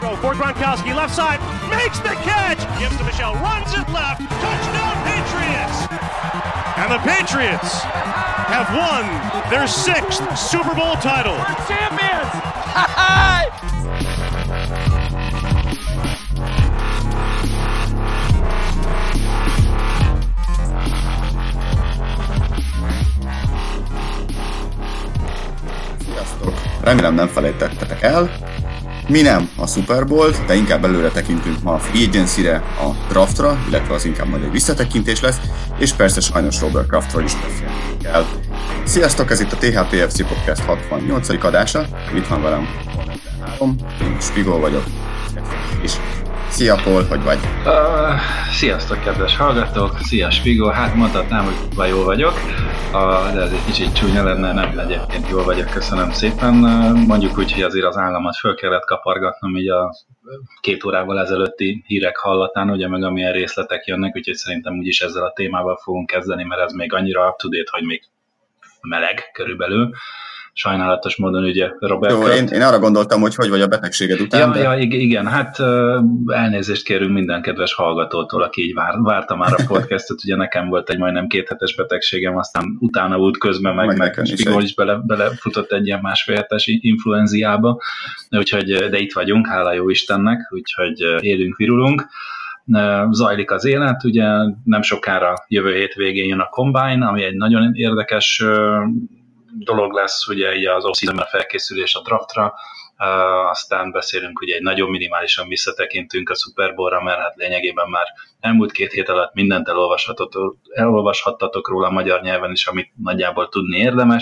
throw for Gronkowski, left side, makes the catch, gives to Michel, runs it left, touchdown Patriots! And the Patriots have won their 6th Super Bowl title. We're champions! Sziasztok! Remélem nem felejtettetek el. Mi nem a Super Bowl-t, de inkább előre tekintünk ma a Free Agency-re, a draftra, illetve az inkább majd egy visszatekintés lesz, és persze sajnos Robert Kraftról is beszélnünk kell. Sziasztok, ez itt a THPFC Podcast 68. adása. Itt van velem én Spigó vagyok. És szia Paul, hogy vagy? Sziasztok, kedves hallgatók! Szia Spigó! Hát mondhatnám, hogy jól vagyok, de ez egy kicsit csúnya lenne, nem, egyébként jól vagyok, köszönöm szépen. Mondjuk úgy, hogy azért az államat föl kellett kapargatnom így a 2 órával ezelőtti hírek hallatán, ugye meg amilyen részletek jönnek, úgyhogy szerintem úgyis ezzel a témával fogunk kezdeni, mert ez még annyira up-to-date, hogy még meleg körülbelül. Sajnálatos módon ugye Robert Jó, Kraft. Én arra gondoltam, hogy vagy a betegséged után. Igen, hát elnézést kérünk minden kedves hallgatótól, aki így várta már a podcastot, ugye nekem volt egy majdnem 2 hetes betegségem, aztán utána út közben meg Spigol is belefutott egy ilyen 1,5 hetes influenziába, úgyhogy, de itt vagyunk, hála jó Istennek, úgyhogy élünk, virulunk. Zajlik az élet, ugye nem sokára jövő hétvégén jön a Combine, ami egy nagyon érdekes dolog lesz, ugye így az off-season a felkészülés a draftra, aztán beszélünk, ugye egy nagyon minimálisan visszatekintünk a Super Bowl-ra, mert hát lényegében már elmúlt 2 hét alatt mindent elolvashattatok róla a magyar nyelven is, amit nagyjából tudni érdemes,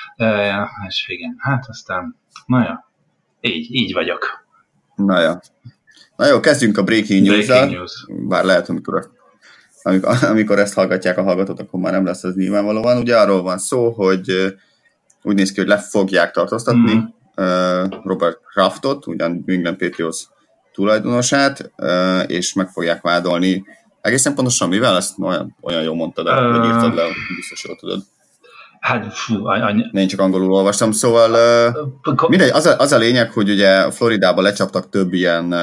és igen, hát aztán, így vagyok. Na jó, kezdjünk a Breaking News-zal, bár lehet, amikor ezt hallgatják a hallgatók, akkor már nem lesz ez nyilvánvalóan. Ugye arról van szó, hogy úgy néz ki, hogy le fogják tartóztatni Robert Kraftot, ugyan New England Patriots tulajdonosát, és meg fogják vádolni. Egészen pontosan mivel? Ezt olyan jól mondtad el, hogy írtad le, biztos jól tudod. Hát én csak angolul olvastam, szóval mindegy, az a lényeg, hogy ugye Floridában lecsaptak több ilyen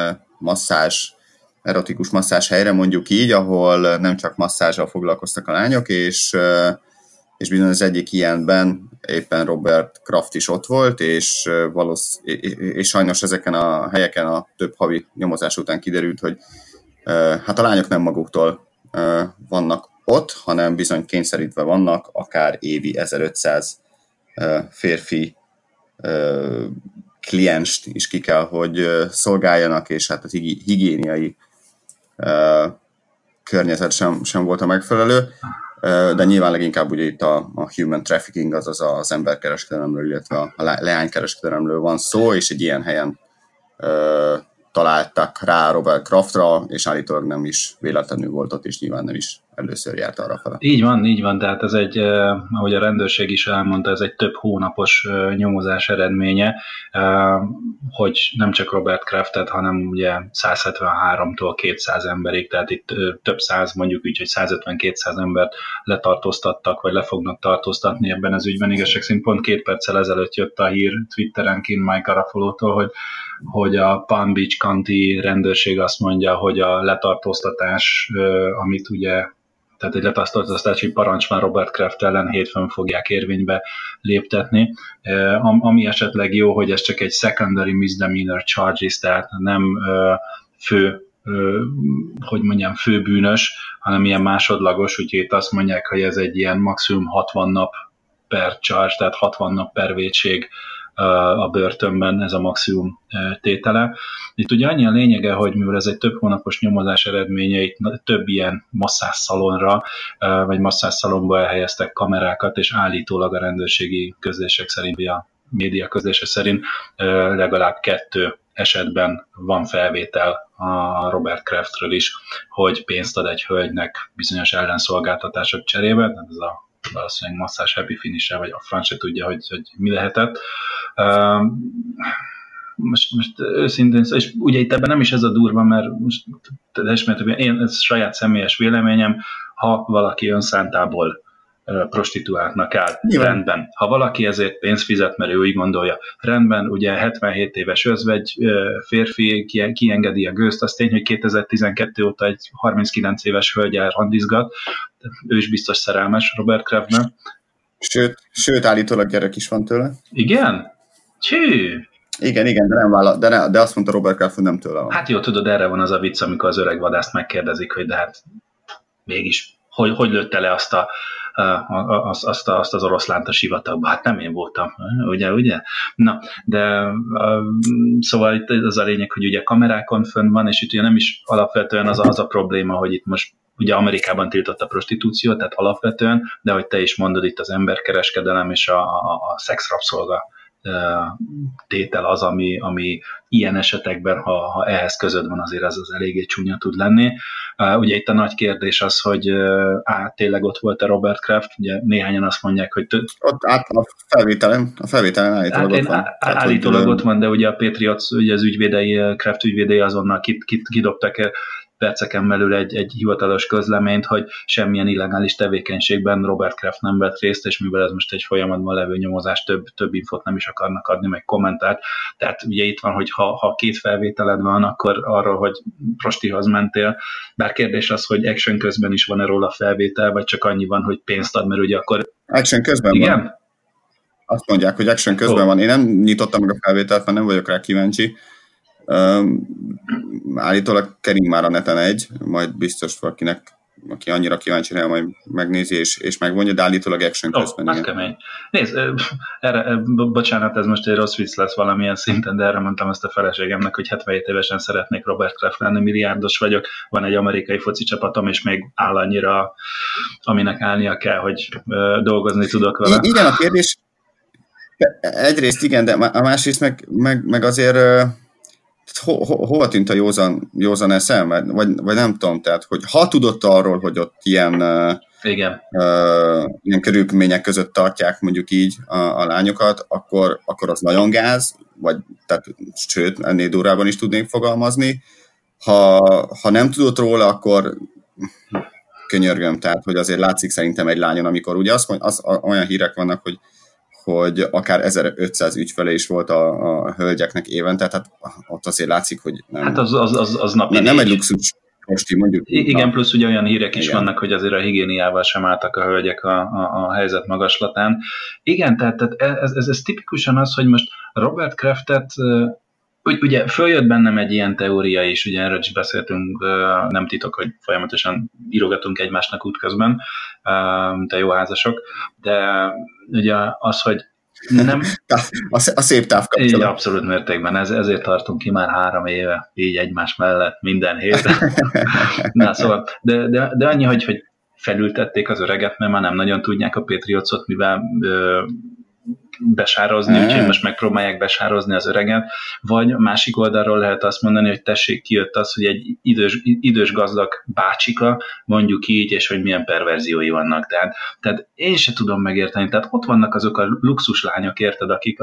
erotikus masszázs helyre, mondjuk így, ahol nem csak masszázsal foglalkoztak a lányok, és bizony az egyik ilyenben éppen Robert Kraft is ott volt, és sajnos ezeken a helyeken a több havi nyomozás után kiderült, hogy hát a lányok nem maguktól vannak ott, hanem bizony kényszerítve vannak, akár évi 1500 férfi klienst is ki kell, hogy szolgáljanak, és hát az higiéniai környezet sem volt a megfelelő, de nyilván leginkább ugye itt a human trafficking, azaz az emberkereskedelemről, illetve a leánykereskedelemről van szó, és egy ilyen helyen találtak rá Robert Kraftra, és állítólag nem is véletlenül volt ott, és nyilván nem is először járt arra fele. Így van, tehát ez egy, ahogy a rendőrség is elmondta, ez egy több hónapos nyomozás eredménye, hogy nem csak Robert Kraftet, hanem ugye 173-tól 200 emberig, tehát itt több száz, mondjuk úgy, hogy 150-200 embert letartóztattak, vagy le fognak tartóztatni ebben az ügyben. Igazság szerint pont 2 perccel ezelőtt jött a hír Twitterenként Mike Garafolo-tól, hogy a Palm Beach County rendőrség azt mondja, hogy a letartóztatás, amit ugye, tehát egy letartóztatási parancs már Robert Kraft ellen hétfőn fogják érvénybe léptetni. Ami esetleg jó, hogy ez csak egy secondary misdemeanor charges, tehát nem főbűnös, hanem ilyen másodlagos, úgyhogy itt azt mondják, hogy ez egy ilyen maximum 60 nap per charge, tehát 60 nap per vétség a börtönben, ez a maximum tétele. Itt ugye annyi a lényege, hogy mivel ez egy több hónapos nyomozás eredménye, itt több ilyen masszásszalonra, vagy masszásszalonba elhelyeztek kamerákat, és állítólag a rendőrségi közlések szerint, vagy a média közlése szerint legalább 2 esetben van felvétel a Robert Kraftről is, hogy pénzt ad egy hölgynek bizonyos ellenszolgáltatások cserébe, tehát ez a valószínűleg masszás happy finish-e, vagy a franc se tudja, hogy mi lehetett. Most őszintén, és ugye itt ebben nem is ez a durva, mert ez saját személyes véleményem, ha valaki önszántából prostituáltnak áll. Rendben. Ha valaki ezért pénzt fizet, mert ő úgy gondolja, rendben, ugye 77 éves özvegy férfi kiengedi a gőzt, az tény, hogy 2012 óta egy 39 éves hölgyel randizgat, ő is biztos szerelmes Robert Kraftben. Sőt, állítólag gyerek is van tőle. Igen? Csű! Igen, de nem vállal, de azt mondta Robert Kraft, hogy nem tőle van. Hát jó, tudod, erre van az a vicc, amikor az öreg vadászt megkérdezik, hogy de hát mégis, hogy lőtte le azt az oroszlánt a sivatagba? Hát nem én voltam, ugye? Na, de szóval itt az a lényeg, hogy ugye kamerákon fönn van, és itt ugye nem is alapvetően az a probléma, hogy itt most ugye Amerikában tiltott a prostitúció, tehát alapvetően, de hogy te is mondod, itt az emberkereskedelem és a szexrabszolga tétel az, ami ilyen esetekben, ha ehhez között van, azért az eléggé csúnya tud lenni. Ugye itt a nagy kérdés az, hogy tényleg ott volt a Robert Kraft, ugye néhányan azt mondják, hogy... Ott a felvételen állítólag ott van. Állítólag ott van, de ugye a Patriots, ugye az Kraft ügyvédei azonnal kidobtak perceken belül egy hivatalos közleményt, hogy semmilyen illegális tevékenységben Robert Kraft nem vett részt, és mivel ez most egy folyamatban levő nyomozás, több infót nem is akarnak adni, meg kommentárt. Tehát ugye itt van, hogy ha két felvételed van, akkor arról, hogy prostihoz mentél, bár kérdés az, hogy action közben is van-e róla felvétel, vagy csak annyi van, hogy pénzt ad, mert ugye akkor... Action közben igen? Van. Azt mondják, hogy action közben van. Én nem nyitottam meg a felvételt, mert nem vagyok rá kíváncsi. Állítólag kering már a neten majd biztos valakinek, aki annyira kíváncsi rá, majd megnézi és megvonja, de állítólag action közben. Az kemény. Nézd, bocsánat, ez most egy rossz vicc lesz valamilyen szinten, de erre mondtam ezt a feleségemnek, hogy 77 évesen szeretnék Robert Kraft lenni, milliárdos vagyok, van egy amerikai foci csapatom, és még áll annyira, aminek állnia kell, hogy dolgozni tudok vele. Igen, a kérdés egyrészt igen, de a másrészt meg azért hova tűnt a józan eszem? Vagy nem tudom, tehát, hogy ha tudott arról, hogy ott ilyen körülmények között tartják mondjuk így a lányokat, akkor az nagyon gáz, tehát, sőt, ennél durrában is tudnék fogalmazni. Ha nem tudott róla, akkor könyörgöm, tehát, hogy azért látszik szerintem egy lányon, amikor ugye olyan hírek vannak, hogy akár 1500 ügyfele is volt a hölgyeknek évente, tehát ott azért látszik, hogy nem, hát az napi nem egy luxus prosti, mondjuk. Igen, plusz ugye olyan hírek is vannak, hogy azért a higiéniával sem álltak a hölgyek a helyzet magaslatán. Igen, tehát ez tipikusan az, hogy most Robert Kraftet, ugye följött bennem egy ilyen teória is, ugye erről is beszéltünk, nem titok, hogy folyamatosan írogatunk egymásnak útközben, mint a jó házasok, de ugye az, hogy nem... A szép távkapcsolat. Így abszolút mértékben, ezért tartunk ki már 3 éve, így egymás mellett minden héten. Na szóval, de annyi, hogy felültették az öreget, mert már nem nagyon tudják a Patriotsot, mivel besározni, úgyhogy most megpróbálják besározni az öreget, vagy másik oldalról lehet azt mondani, hogy tessék, kijött az, hogy egy idős gazdag bácsika, mondjuk így, és hogy milyen perverziói vannak. Tehát én se tudom megérteni. Tehát ott vannak azok a luxuslányok, érted, akik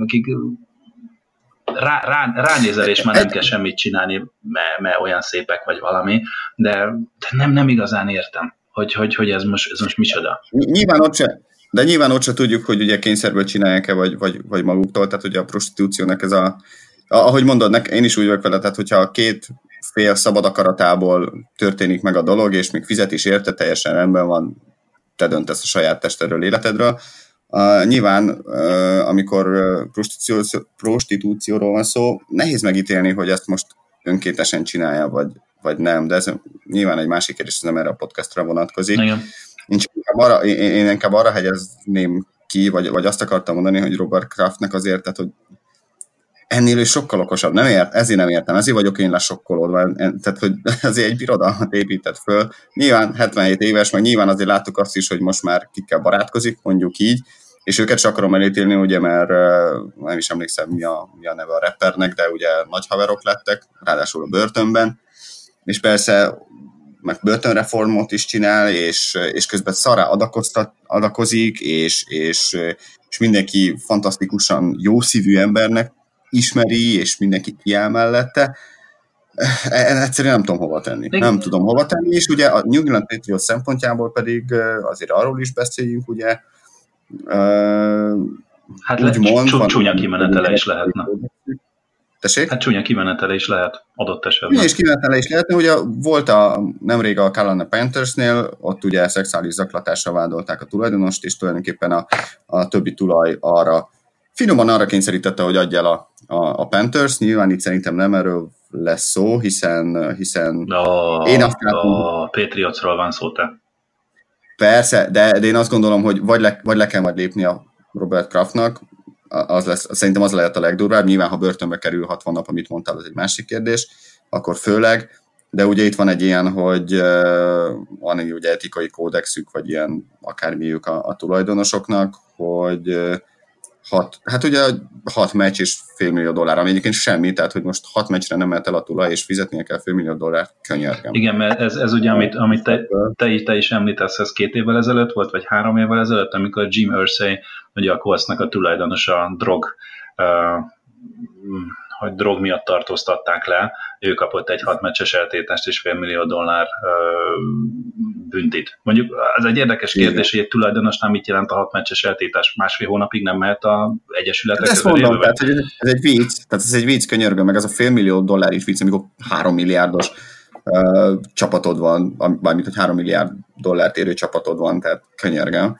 ránézel, és már nem kell semmit csinálni, mert olyan szépek vagy valami, de nem igazán értem, hogy ez most micsoda. Nyilván ott se tudjuk, hogy ugye kényszerből csinálják-e, vagy maguktól, tehát ugye a prostitúciónak ez ahogy mondod, én is úgy vagyok vele, tehát hogyha a két fél szabad akaratából történik meg a dolog, és még fizet is érte, teljesen rendben van, te döntesz a saját testedről, életedről. Nyilván, amikor prostitúcióról van szó, nehéz megítélni, hogy ezt most önkéntesen csinálja, vagy nem, de ez nyilván egy másik kérdés, nem erre a podcastra vonatkozik. Igen. Én inkább arra hegyezném ki, vagy azt akartam mondani, hogy Robert Kraftnek azért, tehát, hogy ennél ő sokkal okosabb. Ezért nem értem, ezért vagyok én lesokkolódva. Tehát, hogy azért egy birodalmat épített föl. Nyilván 77 éves, meg nyilván azért láttuk azt is, hogy most már kikkel barátkozik, mondjuk így, és őket sem akarom elítélni, ugye, mert nem is emlékszem, mi a neve a rappernek, de ugye nagy haverok lettek, ráadásul a börtönben, és persze meg börtönreformot is csinál, és közben szarrá adakozik, és mindenki fantasztikusan jó szívű embernek ismeri, és mindenki kiáll mellette. Egyszerűen nem tudom hova tenni. Nem tudom hova tenni, és ugye a New England Patriots szempontjából pedig azért arról is beszéljünk, ugye. Hát csúnya kimenetele is lehetne. Tessék? Hát csúnya kimenetele is lehet adott esetben. És kimenetele is lehetne, ugye volt nemrég a Carolina Panthersnél, ott ugye szexuális zaklatással vádolták a tulajdonost, és tulajdonképpen a többi tulaj finoman arra kényszerítette, hogy adja el a Panthers. Nyilván itt szerintem nem erről lesz szó, hiszen én azt látom... A Patriotsról van szó, te. Persze, de én azt gondolom, hogy vagy le kell majd lépni a Robert Kraftnak, szerintem az lehet a legdurvább, nyilván ha börtönbe kerül 60 nap, amit mondtál, az egy másik kérdés, akkor főleg, de ugye itt van egy ilyen, hogy van egy ugye etikai kódexük, vagy ilyen akármiük a tulajdonosoknak, hogy 6 meccs és $500 millió, ami egyébként semmi, tehát hogy most 6 meccsre nem mehet el a tulaj, és fizetnie kell $500 millió, könyörgem. Igen, mert ez ugye, amit te is említesz, ez 2 évvel ezelőtt volt, vagy 3 évvel ezelőtt, amikor Jim Irsay, ugye a Coltsnak a tulajdonosa drog miatt tartóztatták le, ő kapott egy 6 meccses eltiltást és $500 millió büntit. Mondjuk az egy érdekes kérdés, hogy egy tulajdonosnál mit jelent a 6 meccses eltiltás? 1,5 hónapig nem mehet a egyesületek közelébe? Mondom, tehát, hogy ez egy vicc, tehát ez egy vicc, könyörgöm, meg az a $500 millió is vicc, amikor 3 milliárdos csapatod van, mármint hogy $3 milliárd érő csapatod van, tehát könyörgöm.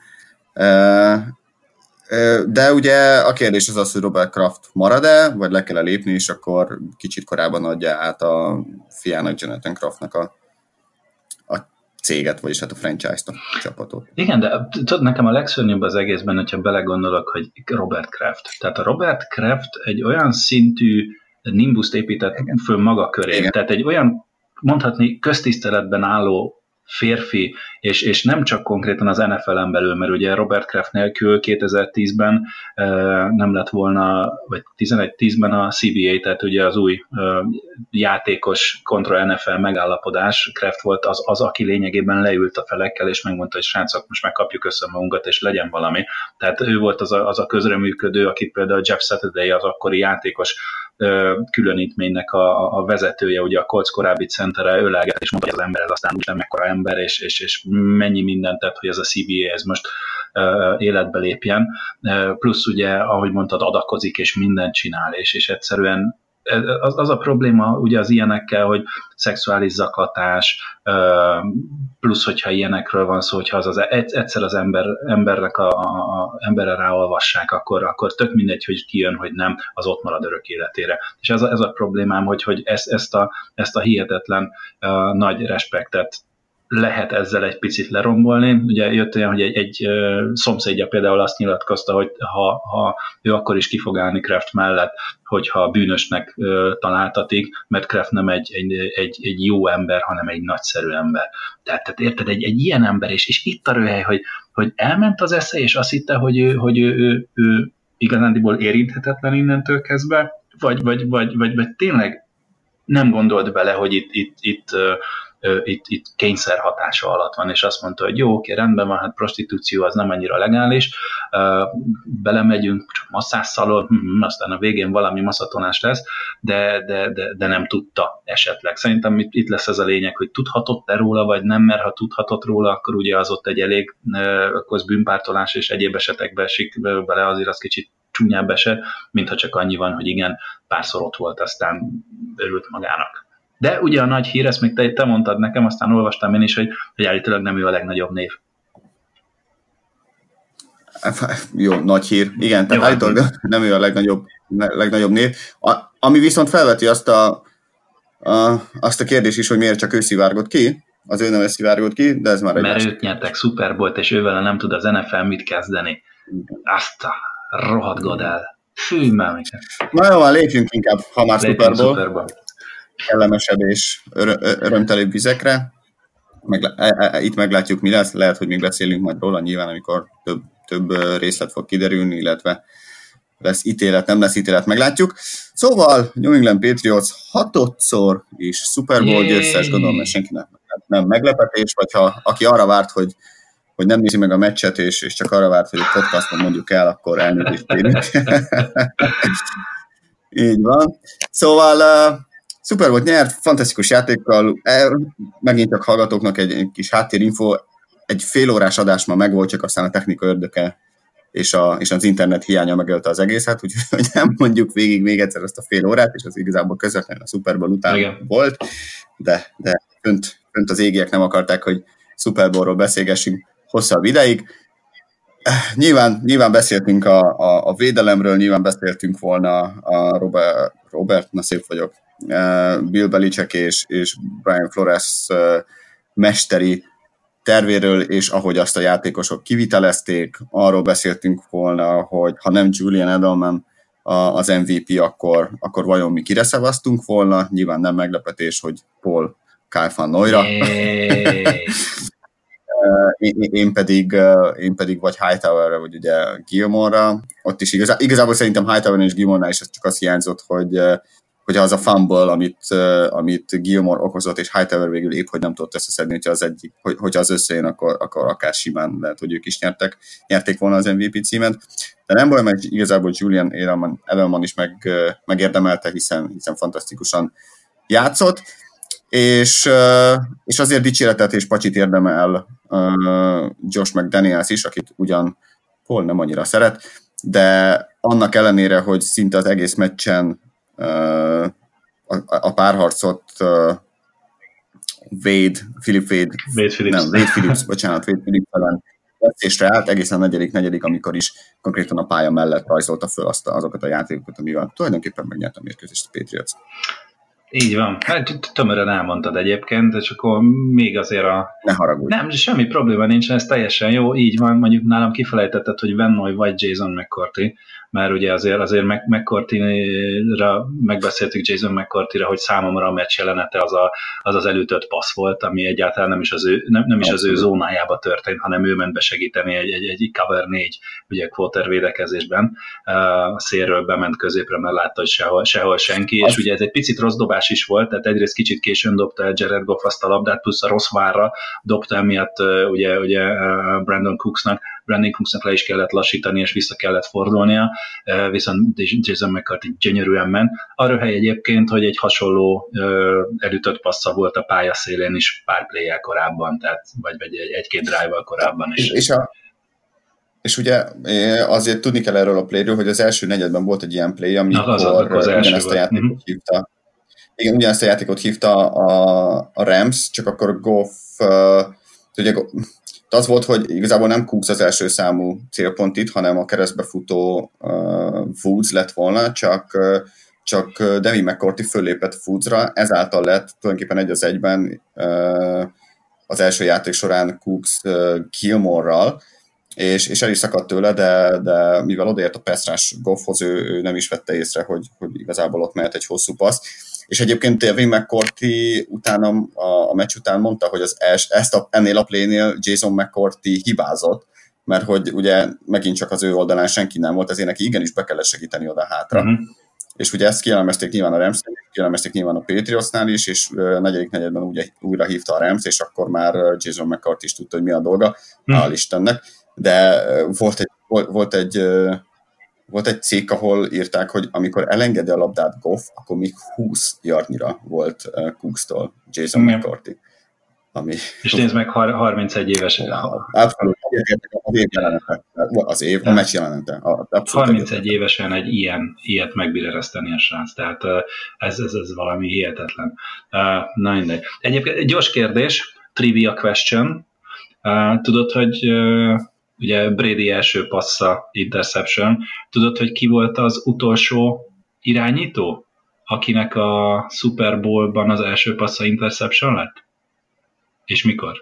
De ugye a kérdés az, hogy Robert Kraft marad-e, vagy le kell lépni, és akkor kicsit korábban adja át a fiának, Jonathan Kraftnak a céget, vagyis hát a franchise-t, a csapatot. Igen, de tudod, nekem a legszörnyűbb az egészben, hogyha belegondolok, hogy Robert Kraft. Tehát a Robert Kraft egy olyan szintű nimbuszt épített föl maga köré. Igen. Tehát egy olyan, mondhatni, köztiszteletben álló férfi, és nem csak konkrétan az NFL-en belül, mert ugye Robert Kraft nélkül 2010-ben nem lett volna, vagy 11-10-ben a CBA, tehát ugye az új játékos kontra NFL megállapodás. Kraft volt az, aki lényegében leült a felekkel, és megmondta, hogy srácok, most megkapjuk össze magunkat, és legyen valami. Tehát ő volt az a közreműködő, akit például Jeff Saturday, az akkori játékos különítménynek a vezetője, ugye a Colts korábbi centere, ő lelget, és mondta, hogy az ember ez aztán úgy nem mekkora ember, és mennyi mindent tett, hogy ez a CBA ez most életbe lépjen. Plusz ugye, ahogy mondtad, adakozik, és mindent csinál, és egyszerűen az a probléma ugye az ilyenekkel, hogy szexuális zaklatás, plusz, hogyha ilyenekről van szó, hogyha egyszer az emberre ráolvassák, akkor tök mindegy, hogy kijön, hogy nem, az ott marad örök életére. És ez a problémám, hogy ezt a hihetetlen nagy respektet lehet ezzel egy picit lerombolni. Ugye jött olyan, hogy egy szomszédja például azt nyilatkozta, hogy ha ő akkor is ki fog állni Kraft mellett, hogyha bűnösnek találtatik, mert Kraft nem egy jó ember, hanem egy nagyszerű ember. Tehát érted, egy ilyen ember, és itt a röhely, hogy elment az esze, és azt hitte, hogy ő igazándiból érinthetetlen innentől kezdve, vagy tényleg nem gondolt bele, hogy itt kényszer hatása alatt van, és azt mondta, hogy jó, oké, rendben van, hát prostitúció az nem annyira legális, belemegyünk, csak masszásszalon, aztán a végén valami maszatonás lesz, de nem tudta esetleg. Szerintem itt lesz ez a lényeg, hogy tudhatott-e róla, vagy nem, mert ha tudhatott róla, akkor ugye az ott egy elég bűnpártolás és egyéb esetekbe esik bele, azért az kicsit csúnyább eset, mintha csak annyi van, hogy igen, párszor ott volt, aztán örült magának. De ugye a nagy hír, ezt még te mondtad nekem, aztán olvastam én is, hogy állítólag nem ő a legnagyobb név. Jó, nagy hír. Igen, tehát állítólag nem ő a legnagyobb név. Ami viszont felveti azt a kérdést is, hogy miért csak ő szivárgott ki, az ő neve szivárgott ki, de ez már egy... Mert ők nyertek Super Bowl-t, és ővel nem tud az NFL mit kezdeni. Azt a rohadt Godel. Fű, már még. Na jó, lépjünk inkább, ha már Super Bowl. Kellemesebb és örömtelibb vizekre. Itt meglátjuk, mi lesz. Lehet, hogy még beszélünk majd róla nyilván, amikor több részlet fog kiderülni, illetve lesz ítélet, nem lesz ítélet, meglátjuk. Szóval New England Patriots 6-szor is Super Bowl győztes, gondolom, mert senkinek nem meglepetés, vagy aki arra várt, hogy nem nézi meg a meccset, és csak arra várt, hogy a podcaston mondjuk el, akkor elnézést kérünk. Így van. Szóval Szuper volt, nyert, fantasztikus játékkal, megint csak hallgatóknak egy kis háttérinfo, egy félórás adás ma megvolt, csak aztán a technika ördöke és az internet hiánya megölte az egészet, úgyhogy nem mondjuk végig még egyszer ezt a fél órát, és az igazából közvetlenül a Super Bowl után volt, de fönt az égiek nem akarták, hogy Super Bowlról beszélgessünk hosszabb ideig. Nyilván beszéltünk a védelemről, nyilván beszéltünk volna a Robert, na szép vagyok, Bill Belichick és Brian Flores mesteri tervéről, és ahogy azt a játékosok kivitelezték, arról beszéltünk volna, hogy ha nem Julian Edelman az MVP, akkor vajon mi kire szavaztunk volna, nyilván nem meglepetés, hogy Paul Kyle Van Noyra. Én pedig vagy Hightowerre, vagy ugye Gilmore-ra. Ott is igazából szerintem Hightower és Gilmore-nál is csak az hiányzott, hogy az a fumble, amit Gilmore okozott, és Hightower végül épp, hogy nem tudott összeszedni, hogyha az összejön, akkor akár simán lehet, hogy ők is nyerték volna az MVP címet. De nem baj, mert igazából Julian Edelman is megérdemelte, hiszen fantasztikusan játszott, és azért dicséretet és pacsit érdemel Josh McDaniels is, akit ugyan Paul nem annyira szeret, de annak ellenére, hogy szinte az egész meccsen a párharcot Wade Phillips ellen veszésre állt, egészen negyedik, amikor is konkrétan a pálya mellett rajzolta föl azokat a játékokat, amivel tulajdonképpen megnyert a mérkőzést a Patriots. Így van. Hát tömören elmondtad egyébként, és akkor még azért Ne haragudj. Nem, semmi probléma nincsen, ez teljesen jó. Így van, mondjuk nálam kifelejtetted, hogy Van Noy vagy Jason McCourty, mert ugye azért McCourty-ra megbeszéltük Jason McCourty-ra, hogy számomra a meccs jelenete az előtött passz volt, ami egyáltalán nem is az ő zónájába történt, hanem ő ment besegíteni egy cover 4 ugye quarter védekezésben. A szélről bement középre, mert látta, hogy sehol senki, és ugye ez egy picit rossz dobás is volt, tehát egyrészt kicsit későn dobta el Jared Goff azt a labdát, plusz a rossz várra dobta, emiatt ugye Brandon Cooksnak le is kellett lassítani, és vissza kellett fordulnia, viszont Jason McCourty gyönyörűen ment. Arra hely egyébként, hogy egy hasonló elütött passza volt a pályaszélén is pár play-jel korábban, tehát, vagy egy-két drive-val korábban is. És ugye azért tudni kell erről a playről, hogy az első negyedben volt egy ilyen play, amikor ugyanezt a játékot hívta. Igen, ugyanezt a játékot hívta a Rams, csak akkor Goff, ugye az volt, hogy igazából nem Cooks az első számú célpont itt, hanem a keresztbe futó Woods lett volna, csak Devin McCourty föllépett Woodsra, ezáltal lett tulajdonképpen 1-1-ben az első játék során Cooks Gilmore-ral, és el is szakadt tőle, de mivel odaért a pass Goffhoz, ő nem is vette észre, hogy igazából ott mehet egy hosszú passz. És egyébként Devin McCourty utána, a meccs után mondta, hogy ennél a playnél Jason McCourty hibázott, mert hogy ugye megint csak az ő oldalán senki nem volt, ezért neki igenis be kellett segíteni oda-hátra. Uh-huh. És ugye ezt kielemezték nyilván a Ramsnél, kielemezték nyilván a Patriotsnál is, és negyedik negyedben ugye újra hívta a Rams, és akkor már Jason McCourty is tudta, hogy mi a dolga, hál' Istennek. De volt egy cikk, ahol írták, hogy amikor elengedi a labdát Goff, akkor még 20 yardnyira volt Cookstól Jason McCourty. És nézd meg, 31 éves. Abszolút, a meccs jelenete. 31 évesen egy ilyet megbír ereszteni a srác, tehát ez valami hihetetlen. Na mindegy. Egyébként egy gyors kérdés, trivia question. Tudod, hogy ugye Brady első passza interception. Tudod, hogy ki volt az utolsó irányító, akinek a Super Bowl-ban az első passza interception lett? És mikor?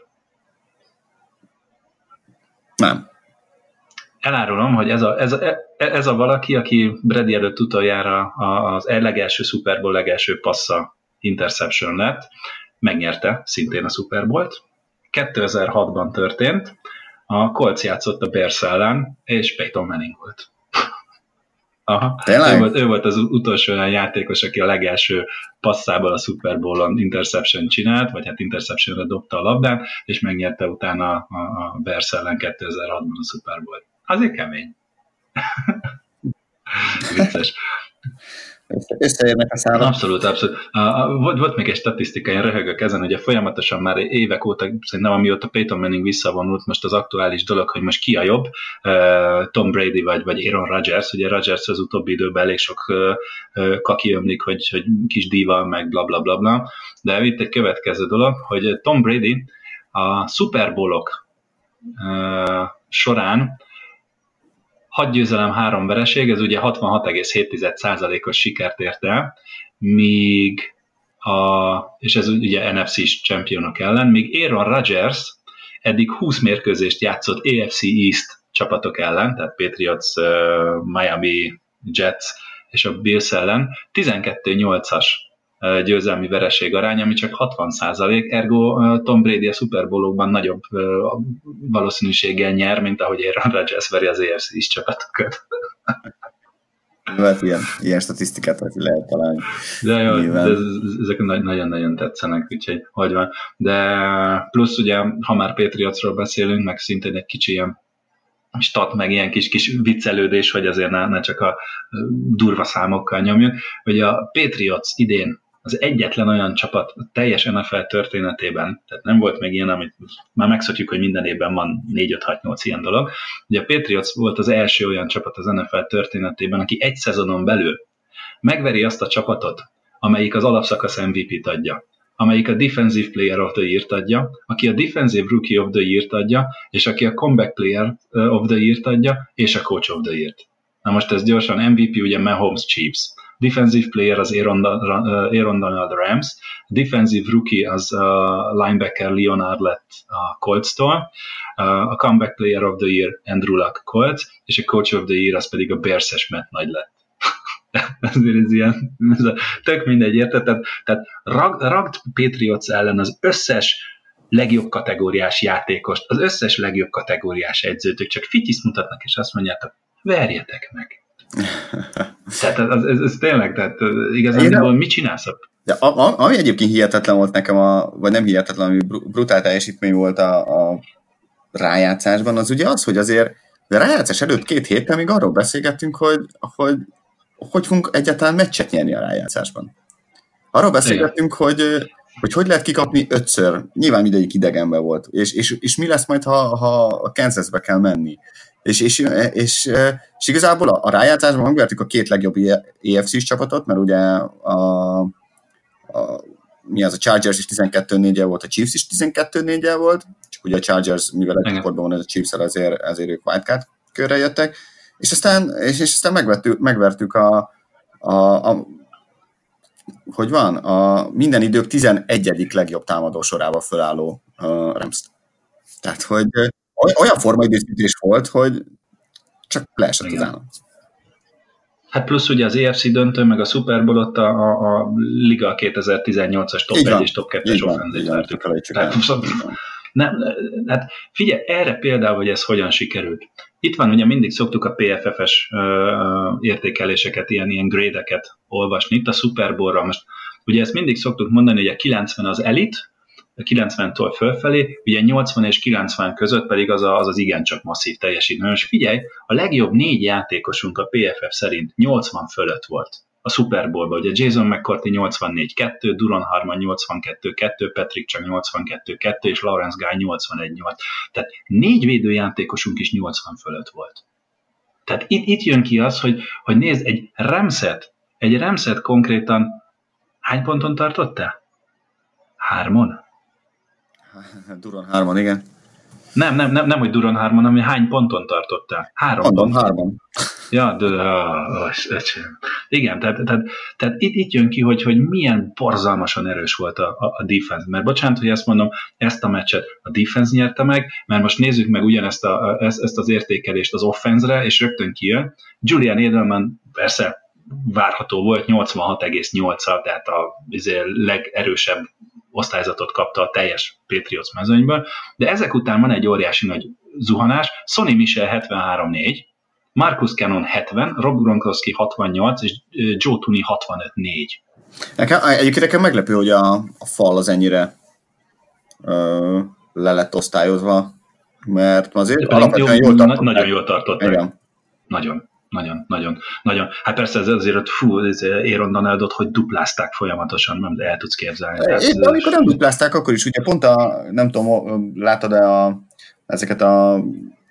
Nem. Elárulom, hogy ez a valaki, aki Brady előtt utoljára az legelső Super Bowl legelső passza interception lett, megnyerte szintén a Super Bowl-t. 2006-ban történt, a Colts játszott a Bears ellen, és Peyton Manning volt. Aha. Ő volt az utolsó olyan játékos, aki a legelső passzából a Super Bowl-on interception csinált, vagy hát interceptionre dobta a labdát, és megnyerte utána a Bears ellen 2006-ban a Super Bowl. Azért kemény. Vicces. összeérnek a számok. Abszolút. Volt még egy statisztika, én röhögök ezen, ugye folyamatosan már évek óta, szerintem amióta Peyton Manning visszavonult, most az aktuális dolog, hogy most ki a jobb, Tom Brady vagy Aaron Rodgers, ugye Rodgers az utóbbi időben elég sok kaki ömlik, hogy kis díva, meg bla bla bla bla, de itt egy következő dolog, hogy Tom Brady a Super Bowl-ok során 6 győzelem, 3 vereség, ez ugye 66,7%-os sikert ért el, míg és ez ugye NFC-s championok ellen, míg Aaron Rodgers eddig 20 mérkőzést játszott AFC East csapatok ellen, tehát Patriots, Miami, Jets és a Bills ellen 12-8-as győzelmi vereség arány, ami csak 60%, ergo Tom Brady a Super Bowl-okban nagyobb valószínűséggel nyer, mint ahogy Aaron Rodgers veri az AFC East csapatokat. Hát ilyen statisztikát lehet találni. De jó, de ezek nagyon-nagyon tetszenek, úgyhogy hogy van. De plusz ugye, ha már Patriotsról beszélünk, meg szintén egy kicsi ilyen stat, meg ilyen kis viccelődés, hogy azért ne csak a durva számokkal nyomjuk, hogy a Patriots idén az egyetlen olyan csapat a teljes NFL történetében, tehát nem volt még ilyen, amit már megszokjuk, hogy minden évben van 4-5-6-8 ilyen dolog. Ugye a Patriots volt az első olyan csapat az NFL történetében, aki egy szezonon belül megveri azt a csapatot, amelyik az alapszakasz MVP-t adja, amelyik a Defensive Player of the Year-t adja, aki a Defensive Rookie of the Year-t adja, és aki a Comeback Player of the Year-t adja, és a Coach of the Year-t. Na most ez gyorsan, MVP ugye Mahomes Chiefs, Defensive Player az Aaron Donald Rams, Defensive Rookie az linebacker Leonard lett a Colts-tól, a Comeback Player of the Year Andrew Luck Colts, és a Coach of the Year az pedig a Bears-es Matt Nagy lett. Ez ilyen, tök mindegy, érted? Tehát ragd Patriots ellen az összes legjobb kategóriás játékost, az összes legjobb kategóriás edzőt, csak fityiszt mutatnak, és azt mondjátok, verjetek meg. Tehát ez tényleg, tehát igazán mit csinálsz? De ami egyébként hihetetlen volt nekem, vagy nem hihetetlen, ami brutál teljesítmény volt a rájátszásban, az ugye az, hogy azért a rájátszás előtt 2 héttel még arról beszélgettünk, hogy fogunk egyáltalán meccset nyerni a rájátszásban. Arról beszélgettünk, hogy lehet kikapni 5-ször. Nyilván mindegyik idegenben volt. És mi lesz majd, ha a Kansasbe kell menni. És igazából a rájátszásban megvertük a 2 legjobb AFC-s csapatot, mert ugye a Chargers is 12-4-el volt, a Chiefs is 12-4-el volt, csak ugye a Chargers, mivel egy csoportban van, a Chiefs-el ezért ők wildcard körre jöttek, és aztán megvertük hogy van, a minden idők 11. legjobb támadó sorába fölálló Rams-t. Tehát, hogy olyan formaidőzítés volt, hogy csak leesett az állam. Hát plusz ugye az AFC döntő, meg a Super Bowl ott a Liga 2018-as top 1 és top 2-es offenzét vártuk. Hát figyelj, erre például, hogy ez hogyan sikerült. Itt van, ugye mindig szoktuk a PFF-es értékeléseket, ilyen grade-eket olvasni. Itt a Super Bowl-ra most, ugye ezt mindig szoktuk mondani, hogy a 90 az elit, a 90-től fölfelé, ugye 80 és 90 között pedig az igencsak masszív teljesítmény. Most figyelj, a legjobb 4 játékosunk a PFF szerint 80 fölött volt a Super Bowl-ban. Ugye Jason McCourty 84-2, Duron Harmon 82-2, Patrick csak 82-2, és Lawrence Guy 81-8. Tehát 4 védőjátékosunk is 80 fölött volt. Tehát itt jön ki az, hogy nézd, egy Ramset konkrétan hány ponton tartottál? 3-on? Duron 3-on, igen. Nem, hogy Duron 3-on, hanem hány ponton tartottál? 3 ponton. Ja, igen, tehát itt jön ki, hogy milyen borzalmasan erős volt a defense. Mert bocsánat, hogy ezt mondom, ezt a meccset a defense nyerte meg, mert most nézzük meg ugyanezt ezt az értékelést az offense-re, és rögtön kijön. Julian Edelman persze várható volt, 86,8-al, tehát a legerősebb osztályzatot kapta a teljes Patriots mezőnyből, de ezek után van egy óriási nagy zuhanás, Sonny Michel 73-4, Marcus Cannon 70, Rob Gronkowski 68, és Joe Thuney 65-4. Egyébként nekem meglepő, hogy a fal az ennyire le lett osztályozva, mert azért alapvetően jól tartották. Nagyon jól tartották. Igen. Nagyon. Nagyon. Hát persze ez azért, Aaron Donaldot, hogy duplázták folyamatosan, nem el tudsz képzelni. De amikor nem duplázták, akkor is ugye pont nem tudom, látod-e ezeket a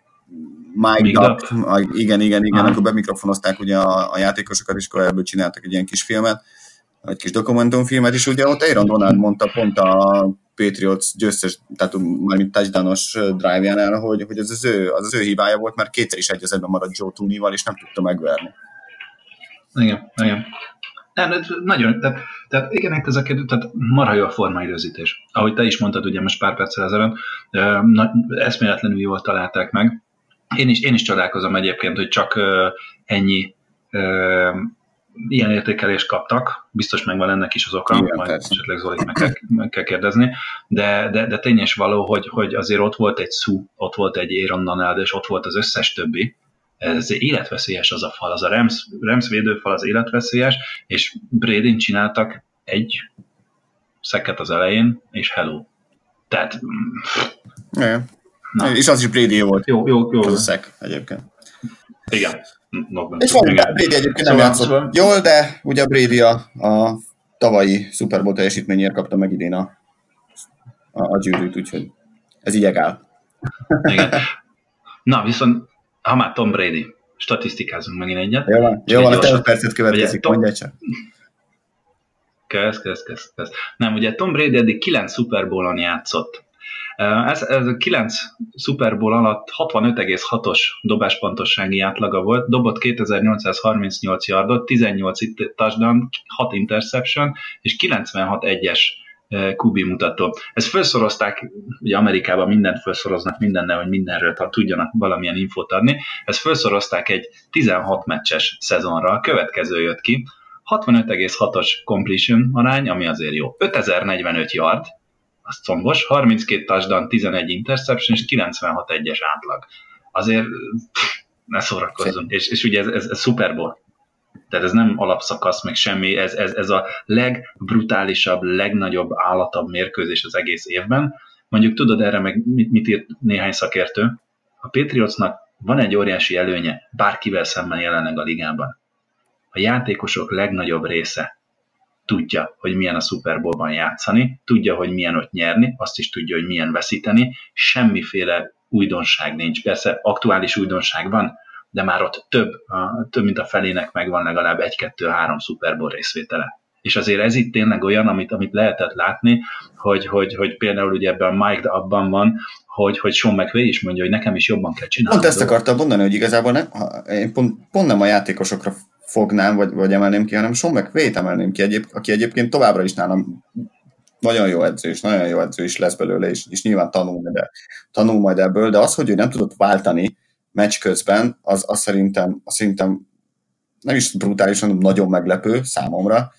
igen, akkor bemikrofonozták ugye a játékosokat, és akkor ebből csináltak egy ilyen kis filmet, egy kis dokumentumfilmet, és ugye ott Aaron Donald mondta pont a Patriots győztes, tehát mármint touchdownos drive-jánál, hogy ez az ő hibája volt, mert kétszer is egyezetben maradt Joe Tooney-val, és nem tudta megverni. Igen. Nem, nagyon, tehát igen, tehát marha jó a formaidőzítés. Ahogy te is mondtad, ugye most pár perccel ezelőtt, eszméletlenül jól találták meg. Én is csodálkozom egyébként, hogy csak ennyi ilyen értékelést kaptak, biztos megvan ennek is az oka, igen, majd esetleg Zolit meg kell kérdezni, de tény és való, hogy azért ott volt egy Sue, ott volt egy Aaron Donald, és ott volt az összes többi. Ez életveszélyes az a fal, az a Rams védőfal az életveszélyes, és Brady-n csináltak egy szeket az elején, és hello. Tehát... És az is Brady volt. Jó. Az a szek egyébként. Igen. És Brady egyébként nem játszott jól, de ugye Brady a tavalyi Super Bowl teljesítményért kapta meg idén a gyűrűt, úgyhogy ez így egál. Igen. Na, viszont ha már Tom Brady, statisztikázunk megint egyet. Jó van, a 5 percet következik, mondja csak. Kezd. Nem, ugye Tom Brady eddig 9 Super Bowl-on játszott. Ez a 9 Super Bowl alatt 65,6-os dobáspontossági átlaga volt, dobott 2838 yardot, 18 touchdown, 6 interception és 96 1-es QB mutató. Ezt felszorozták, ugye Amerikában mindent felszoroznak mindennel, hogy mindenről tudjanak valamilyen infót adni, ezt felszorozták egy 16 meccses szezonra, a következő jött ki, 65,6-os completion arány, ami azért jó, 5045 yard, az combos, 32 touchdown, 11 interception és 96 1-es átlag. Azért ne szórakozzunk, és ugye ez Super Bowl. Tehát ez nem alapszakasz, meg semmi, ez a legbrutálisabb, legnagyobb, állatabb mérkőzés az egész évben. Mondjuk tudod erre meg mit írt néhány szakértő? A Patriotsnak van egy óriási előnye, bárkivel szemben jelenleg a ligában. A játékosok legnagyobb része tudja, hogy milyen a Super Bowl-ban játszani, tudja, hogy milyen ott nyerni, azt is tudja, hogy milyen veszíteni, semmiféle újdonság nincs. Persze aktuális újdonság van, de már ott több mint a felének megvan legalább 1-2-3 Super Bowl részvétele. És azért ez itt tényleg olyan, amit lehetett látni, hogy például ugye ebben Mike abban van, hogy Sean McVay is mondja, hogy nekem is jobban kell csinálni. Pont ezt akartam mondani, hogy igazából én pont nem a játékosokra fognám, vagy emelném ki, hanem Sean McVayt emelném ki, aki egyébként továbbra is nálam nagyon jó edző is lesz belőle, és nyilván tanul majd ebből, de az, hogy ő nem tudott váltani meccs közben, az szerintem nem is brutális, hanem nagyon meglepő számomra.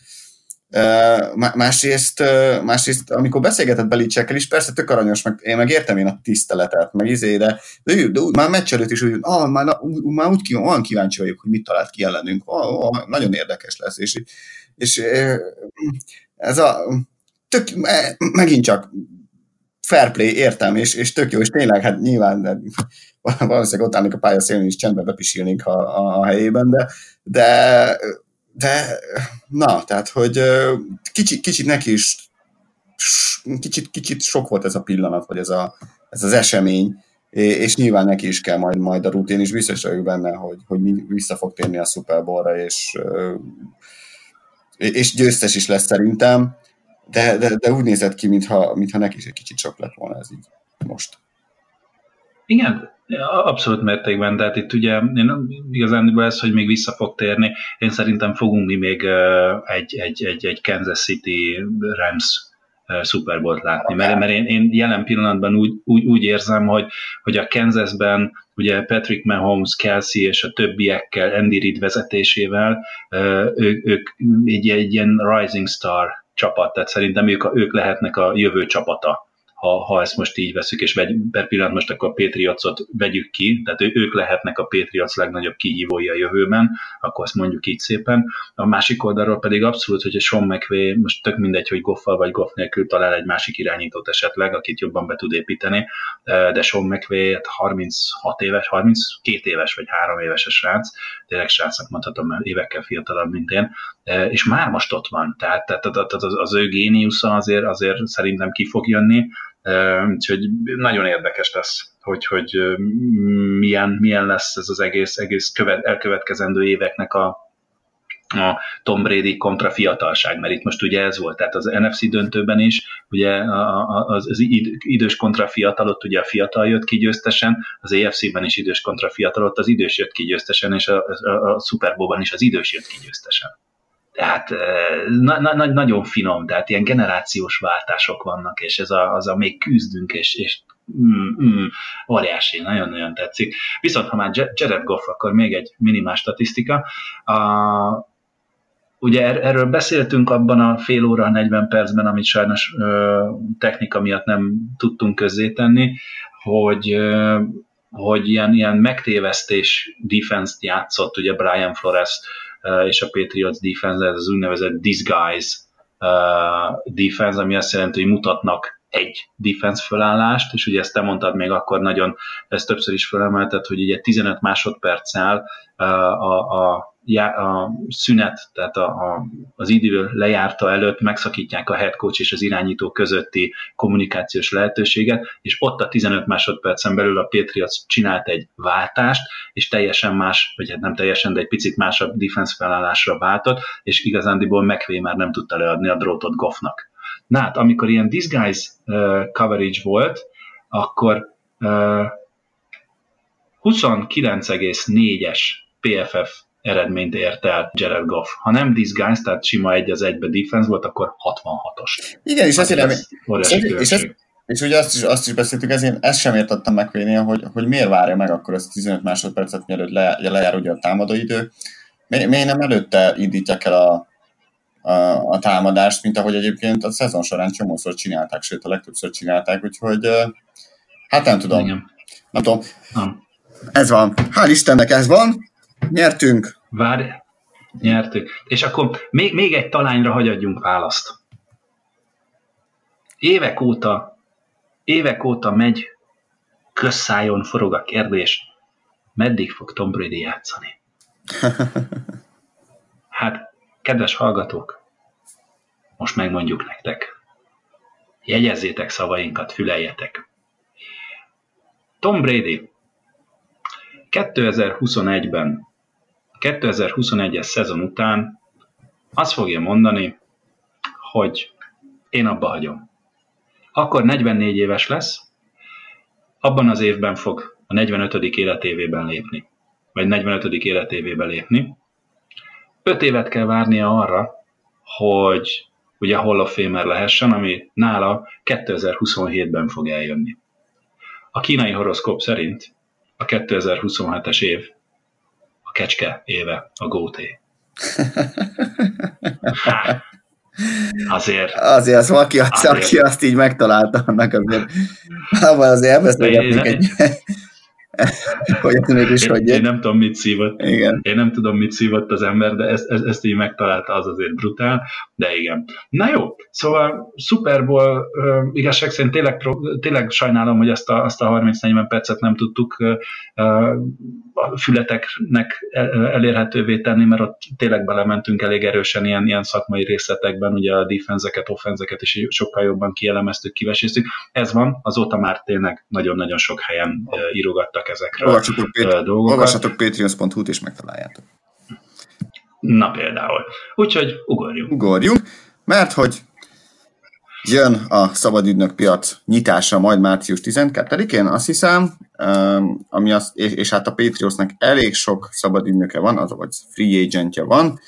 Másrészt, amikor beszélgetett Belichickkel is, persze tök aranyos, én meg értem én a tiszteletet, meg de már meccs előtt is úgy, már úgy olyan kíváncsi vagyok, hogy mit talált ki ellenünk, nagyon érdekes lesz, és ez megint csak fair play, értem, és tök jó, és tényleg, hát nyilván valószínűleg ott állnék a pályaszélén, és csendben bepisilnénk a helyében, de na, tehát, hogy kicsit neki is kicsit sok volt ez a pillanat, vagy ez az esemény, és nyilván neki is kell majd a rutin, és biztos vagyok benne, hogy vissza fog térni a Super Bowl-ra, és győztes is lesz szerintem, de úgy nézett ki, mintha neki is egy kicsit sok lett volna ez így most. Igen, abszolút mértékben, de hát itt ugye igazán ez, hogy még vissza fog térni, én szerintem fogunk mi még egy Kansas City Rams Super Bowl-t látni, mert én jelen pillanatban úgy érzem, hogy a Kansasben ugye Patrick Mahomes, Kelsey és a többiekkel, Andy Reid vezetésével ők egy ilyen rising star csapat, tehát szerintem ők lehetnek a jövő csapata, ha ezt most így veszük, és per pillanat most akkor a Patriotsot vegyük ki, tehát ők lehetnek a Patriots legnagyobb kihívói a jövőben, akkor azt mondjuk így szépen. A másik oldalról pedig abszolút, hogy a Sean McVay, most tök mindegy, hogy Goffal vagy Goff nélkül talál egy másik irányítót esetleg, akit jobban be tud építeni, de Sean McVay 36 éves, 32 éves vagy 3 éves a srác, tényleg srácnak mondhatom, mert évekkel fiatalabb, mint én, és már most ott van, tehát az ő géniusza azért szerintem ki fog jönni, úgyhogy nagyon érdekes lesz, hogy milyen lesz ez az egész elkövetkezendő éveknek a Tom Brady kontra fiatalság, mert itt most ugye ez volt, tehát az NFC döntőben is, ugye az idős kontra fiatal, ott ugye a fiatal jött ki győztesen, az AFC-ben is idős kontra fiatal, ott az idős jött ki győztesen, és a Super Bowl-ban is az idős jött ki győztesen. Tehát nagyon finom, tehát ilyen generációs váltások vannak, és ez az a még küzdünk, és óriási, nagyon-nagyon tetszik. Viszont ha már Jared Goff, akkor még egy minimál statisztika. Ugye erről beszéltünk abban a fél óra, 40 percben, amit sajnos technika miatt nem tudtunk közzétenni, hogy ilyen megtévesztés defense-t játszott, ugye Brian Flores és a Patriots defense, ez az úgynevezett disguise defense, ami azt jelenti, hogy mutatnak egy defense fölállást, és ugye ezt te mondtad még akkor nagyon, ezt többször is fölemelted, hogy ugye 15 másodperccel a szünet, tehát az idő lejárta előtt megszakítják a head coach és az irányító közötti kommunikációs lehetőséget, és ott a 15 másodpercen belül a Patriots csinált egy váltást, és teljesen más, vagy hát nem teljesen, de egy picit másabb defense felállásra váltott, és igazándiból McVay már nem tudta leadni a drótot Goffnak. Na hát, amikor ilyen disguise coverage volt, akkor 29,4-es PFF eredményt ért el Jared Goff. Ha nem disguise, tehát sima 1-1 defense volt, akkor 66-os. Igen, és és ugye azt is beszéltük, ezért ezt sem értettem McVay-nél, hogy miért várja meg akkor ezt 15 másodpercet, mielőtt lejár ugye a támadóidő. Miért nem előtte indítják el a támadást, mint ahogy egyébként a szezon során csomószor csinálták, sőt a legtöbbször csinálták, úgyhogy hát nem tudom. Igen. Nem tudom. Ez van. Hál' Istennek ez van. Nyertünk. Nyertünk. És akkor még egy talányra hagyjunk választ. Évek óta megy, közszájon forog a kérdés, meddig fog Tom Brady játszani? Hát, kedves hallgatók, most megmondjuk nektek. Jegyezzétek szavainkat, füleljetek. Tom Brady 2021-ben, 2021-es szezon után azt fogja mondani, hogy én abba hagyom. Akkor 44 éves lesz, abban az évben fog a 45. életévében lépni, vagy 45. életévébe lépni. 5 évet kell várnia arra, hogy ugye Hall of Famer lehessen, ami nála 2027-ben fog eljönni. A kínai horoszkóp szerint a 2027-es év a kecske éve, a góté. Azért az valaki azt így megtalálta, annak azért elbeszélgetnék egy... Én nem tudom, mit szívott. Igen. Én nem tudom, mit szívott az ember, de ezt így megtalálta, az azért brutál, de igen. Na jó, szóval Super Bowl, igazság szerint tényleg sajnálom, hogy azt a 30-40 percet nem tudtuk a fületeknek elérhetővé tenni, mert ott tényleg belementünk elég erősen ilyen szakmai részletekben, ugye a defense-eket, offense-eket is sokkal jobban kielemeztük, kiveséztük. Ez van, azóta már tényleg nagyon-nagyon sok helyen írogattak ezekről dolgokat. Olvassatok patreon.hu-t és megtaláljátok. Na például. Úgyhogy ugorjunk, mert hogy jön a szabadügynök piac nyitása majd március 12-én, azt hiszem, és hát a Patriotsnak elég sok szabadügynöke van, vagy free agentje van,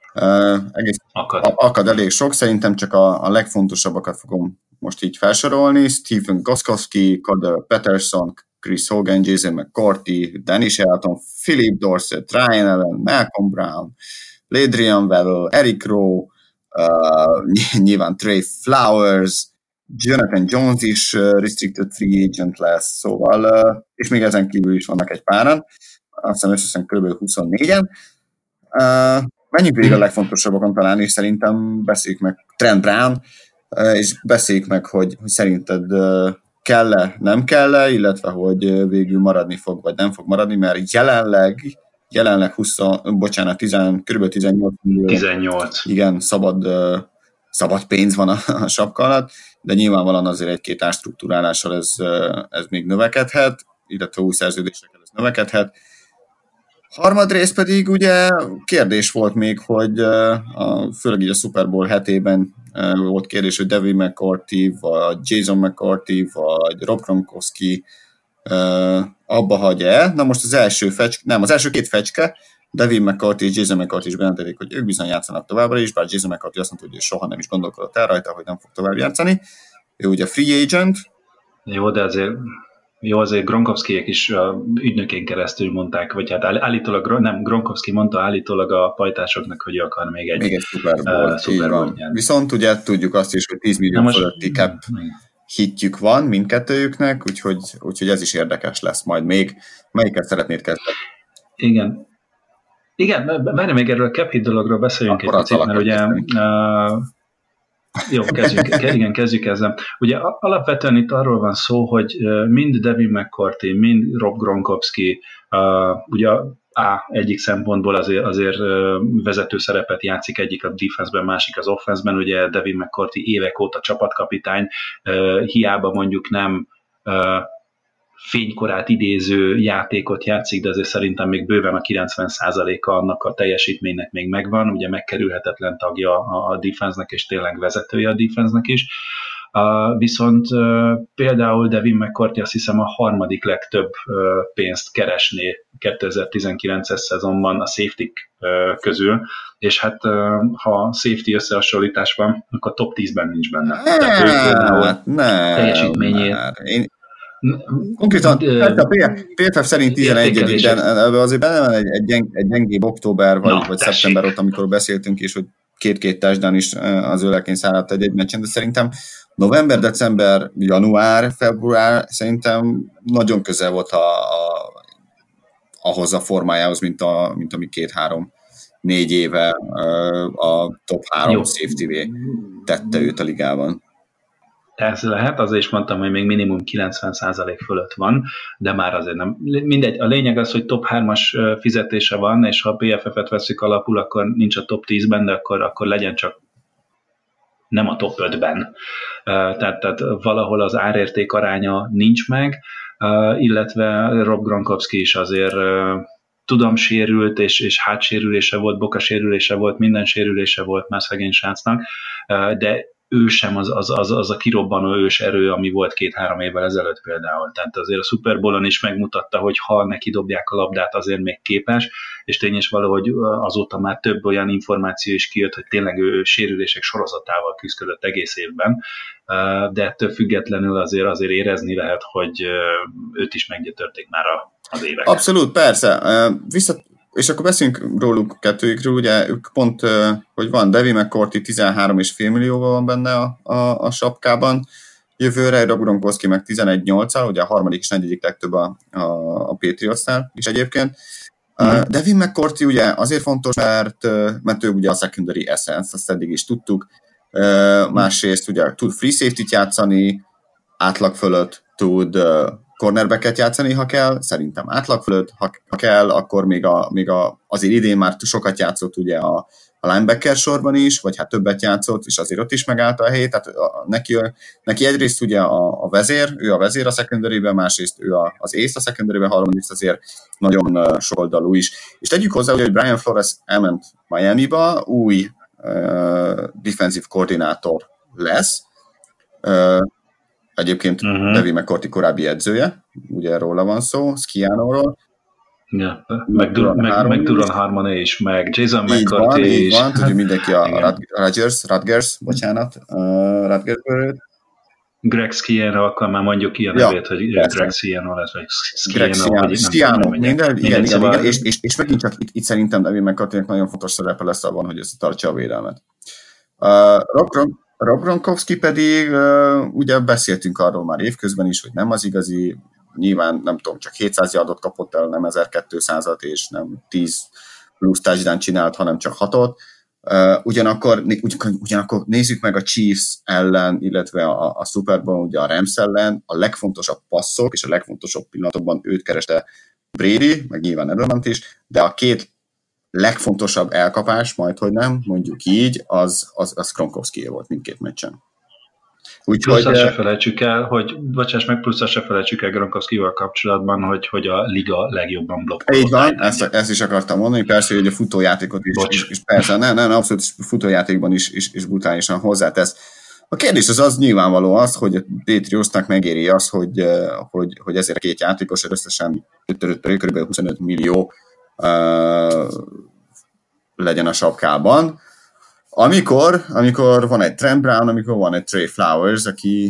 akad elég sok, szerintem csak a legfontosabbakat fogom most így felsorolni: Stephen Gostkowski, Cordell Patterson, Chris Hogan, Jason McCourty, Danny Shelton, Philip Dorsett, Ryan Allen, Malcolm Brown, Ladrian Waddle, Eric Rowe, nyilván Trey Flowers, Jonathan Jones is restricted free agent lesz, szóval, és még ezen kívül is vannak egy páran, azt hiszem összesen kb. 24-en. Menjünk végig a legfontosabbakon talán, és szerintem beszéljük meg Trent Brown, és beszéljük meg, hogy szerinted kell-e, nem kell-e, illetve hogy végül maradni fog, vagy nem fog maradni, mert jelenleg 10, kb. 18 millió. 18. Igen, szabad pénz van a sapka alatt, de nyilvánvalóan azért egy-két átstruktúrálással ez még növekedhet, illetve új szerződésekkel ez növekedhet. Harmadrészt pedig ugye kérdés volt még, hogy főleg így a Super Bowl hetében volt kérdés, hogy Devin McCourty, vagy Jason McCourty, vagy Rob Gronkowski abba hagyja. Na most az első két fecske, Devin McCourty és Jason McCourty is bejelentették, hogy ők bizony játszanak továbbra is, bár Jason McCourty azt mondta, hogy soha nem is gondolkodott el rajta, hogy nem fog tovább játszani. Ő ugye free agent. Jó, azért Gronkowskiék is ügynökén keresztül mondták, vagy hát állítólag, nem, Gronkowski mondta állítólag a pajtásoknak, hogy akar még egy Super Bowl. Viszont ugye tudjuk azt is, hogy 10 millió fölötti cap hitjük van mindkettőjüknek, úgyhogy ez is érdekes lesz majd még. Melyiket szeretnéd kezdeni? Igen, várj, még erről a cap hit dologról beszéljünk egy picit, mert ugye... Jó, kezdjük ezzel. Ugye alapvetően itt arról van szó, hogy mind Devin McCourty, mind Rob Gronkowski ugye egyik szempontból azért vezető szerepet játszik, egyik a defense-ben, másik az offense-ben. Ugye Devin McCourty évek óta csapatkapitány, hiába mondjuk nem fénykorát idéző játékot játszik, de azért szerintem még bőven a 90%-a annak a teljesítménynek még megvan, ugye megkerülhetetlen tagja a defense-nek, és tényleg vezetője a defense-nek is. Viszont például Devin McCourty azt hiszem a harmadik legtöbb pénzt keresné 2019-es szezonban a safety közül, és hát ha safety összehasonlítás van, akkor top 10-ben nincs benne. Teljesítményét. Konkrétan a PFF szerint 11, de azért benne van egy gyengébb október vagy szeptember ott, amikor beszéltünk is, hogy két touchdown is az ölekén száradt egy meccsen, de szerintem november, december, január, február szerintem nagyon közel volt ahhoz a formájához, mint ami 2-3-4 éve a top 3 safety-vé tette őt a ligában. Ez lehet, azért is mondtam, hogy még minimum 90% fölött van, de már azért nem. Mindegy, a lényeg az, hogy top 3-as fizetése van, és ha a PFF-et veszük alapul, akkor nincs a top 10-ben, de akkor legyen csak nem a top 5-ben. Tehát valahol az árérték aránya nincs meg, illetve Rob Gronkowski is azért tudom sérült, és hátsérülése volt, bokasérülése volt, minden sérülése volt már szegény srácnak, de ő sem az a kirobbanó ős erő, ami volt 2-3 évvel ezelőtt például. Tehát azért a Super Bowl-on is megmutatta, hogy ha neki dobják a labdát, azért még képes, és tény is valahogy azóta már több olyan információ is kijött, hogy tényleg ő sérülések sorozatával küzdött egész évben, de ettől függetlenül azért érezni lehet, hogy őt is meggyötörték már az évek. Abszolút, persze. És akkor beszéljünk róluk kettőjükről, ugye ők pont, hogy van Devin McCourty 13,5 millióval van benne a sapkában, jövőre Rob Gronkowski meg 11,8-al, ugye a harmadik és negyedik legtöbb a Patriotsnál is egyébként. Devin McCourty ugye azért fontos, mert ő ugye a secondary essence, azt eddig is tudtuk, másrészt ugye tud free safety-t játszani, átlag fölött tud cornerbacket játszani, ha kell, szerintem átlag fölött, ha kell, akkor még azért idén már sokat játszott ugye a linebacker sorban is, vagy hát többet játszott, és azért ott is megállta a helyét, tehát neki egyrészt ugye a vezér, ő a vezér a secondary-ben, másrészt ő az ace a secondary-ben, harmadrészt azért nagyon sokoldalú is. És tegyük hozzá, hogy Brian Flores elment Miami-ba, új defensive koordinátor lesz, egyébként Devin McCourty korábbi edzője, ugye róla van szó, Schianóról. Ja, meg Duron Harmon is, meg Jason McCourty is. Így van, tudjuk mindenki a Rutgers, Greg Schiano, akkor már mondjuk ki a nevét, hogy Greg Schiano lesz, vagy Schiano, minden, igen. És megint csak itt szerintem Devin McCourtynek nagyon fontos szerepe lesz abban, hogy összetartsa a védelmet. Rob Gronkowski pedig, ugye beszéltünk arról már évközben is, hogy nem az igazi, nyilván nem tudom, csak 700 yardot kapott el, nem 1200-at, és nem 10 plusz touchdown csinált, hanem csak 6-ot. Ugyanakkor nézzük meg a Chiefs ellen, illetve a Super Bowl, ugye a Rams ellen, a legfontosabb passzok és a legfontosabb pillanatokban őt kereste Brady, meg nyilván Edelman is, de a két legfontosabb elkapás, majdhogy nem, mondjuk így, az Gronkowski volt mindkét meccsen. Plusz azt se felejtsük el, Gronkowskival kapcsolatban, hogy a liga legjobban blokkoló. Így van, ezt is akartam mondani, persze, hogy a futójátékot is persze, nem, abszolút futójátékban is brutálisan hozzátesz. A kérdés az nyilvánvaló az, hogy a Patriotsnak megéri az, hogy ezért a két játékos összesen kb. 25 millió legyen a sapkában. Amikor van egy Trent Brown, amikor van egy Trey Flowers,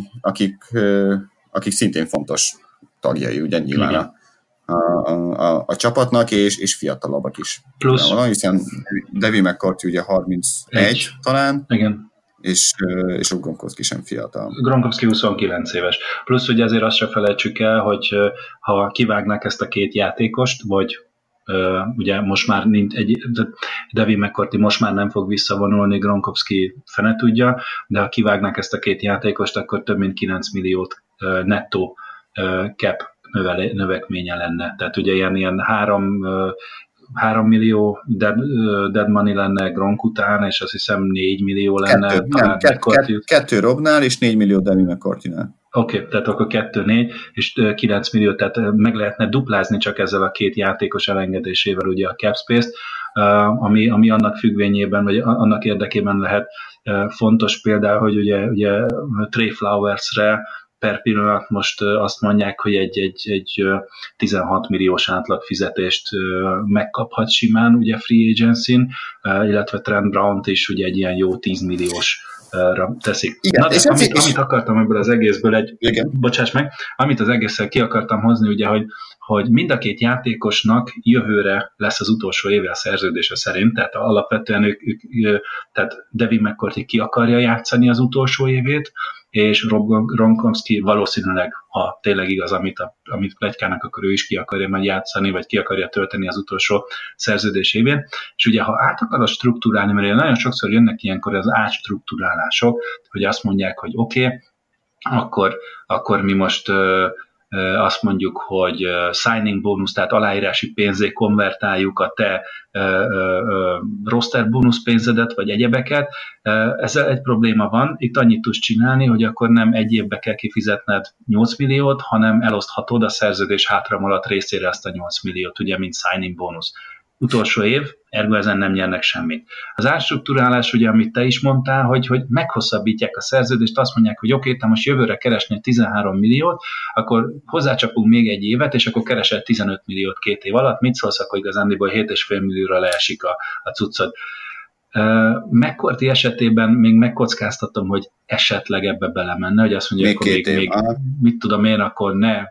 akik szintén fontos tagjai, ugye nyilván a csapatnak, és fiatalabbak is. Plusz. Hiszen Devin McCourty ugye 31 talán. Igen. És Gronkowski sem fiatal. Gronkowski 29 éves. Plusz ugye azért azt se felejtsük el, hogy ha kivágnák ezt a két játékost, vagy ugye most már Devin McCourty most már nem fog visszavonulni, Gronkowski fene tudja, de ha kivágnák ezt a két játékost, akkor több mint 9 milliót nettó cap növekménye lenne. Tehát ugye ilyen 3 millió dead money lenne Gronk után, és azt hiszem 4 millió lenne. Kettő Robnál, és 4 millió Devin McCourtynál. Oké, tehát akkor 2-4, és 9 millió, tehát meg lehetne duplázni csak ezzel a két játékos elengedésével ugye a cap space-t, ami annak függvényében, vagy annak érdekében lehet fontos például, hogy ugye Trey Flowersre per pillanat most azt mondják, hogy egy 16 milliós átlag fizetést megkaphat simán ugye free agency-n, illetve Trent Brown-t is ugye egy ilyen jó 10 milliós teszik. Igen, na, amit akartam ebből az egészből bocsáss meg, amit az egésszel ki akartam hozni, ugye, hogy mind a két játékosnak jövőre lesz az utolsó éve a szerződése szerint, tehát alapvetően tehát Devin McCourty ki akarja játszani az utolsó évét, és Rob Gronkowski valószínűleg, ha tényleg igaz, amit pletykának, akkor ő is ki akarja majd játszani, vagy ki akarja tölteni az utolsó szerződés évén. És ugye, ha át akarod struktúrálni, mert nagyon sokszor jönnek ilyenkor az átstruktúrálások, hogy azt mondják, hogy oké, akkor mi most azt mondjuk, hogy signing bónusz, tehát aláírási pénzé konvertáljuk a te roster bónusz pénzedet, vagy egyebeket. Ezzel egy probléma van. Itt annyit tudsz csinálni, hogy akkor nem egy évbe kell kifizetned 8 milliót, hanem eloszthatod a szerződés hátramaradt részére azt a 8 milliót, ugye, mint signing bónusz. Utolsó év, ergo ezen nem nyernek semmit. Az átstruktúrálás, ugye, amit te is mondtál, hogy meghosszabbítják a szerződést, azt mondják, hogy oké, te most jövőre keresnél 13 milliót, akkor hozzácsapunk még egy évet, és akkor keresel 15 milliót 2 év alatt. Mit szólsz, akkor igazándiból 7,5 millióra leesik a cuccod. McCourty esetében még megkockáztatom, hogy esetleg ebbe belemenne, hogy azt mondja, akkor még mit tudom én, akkor ne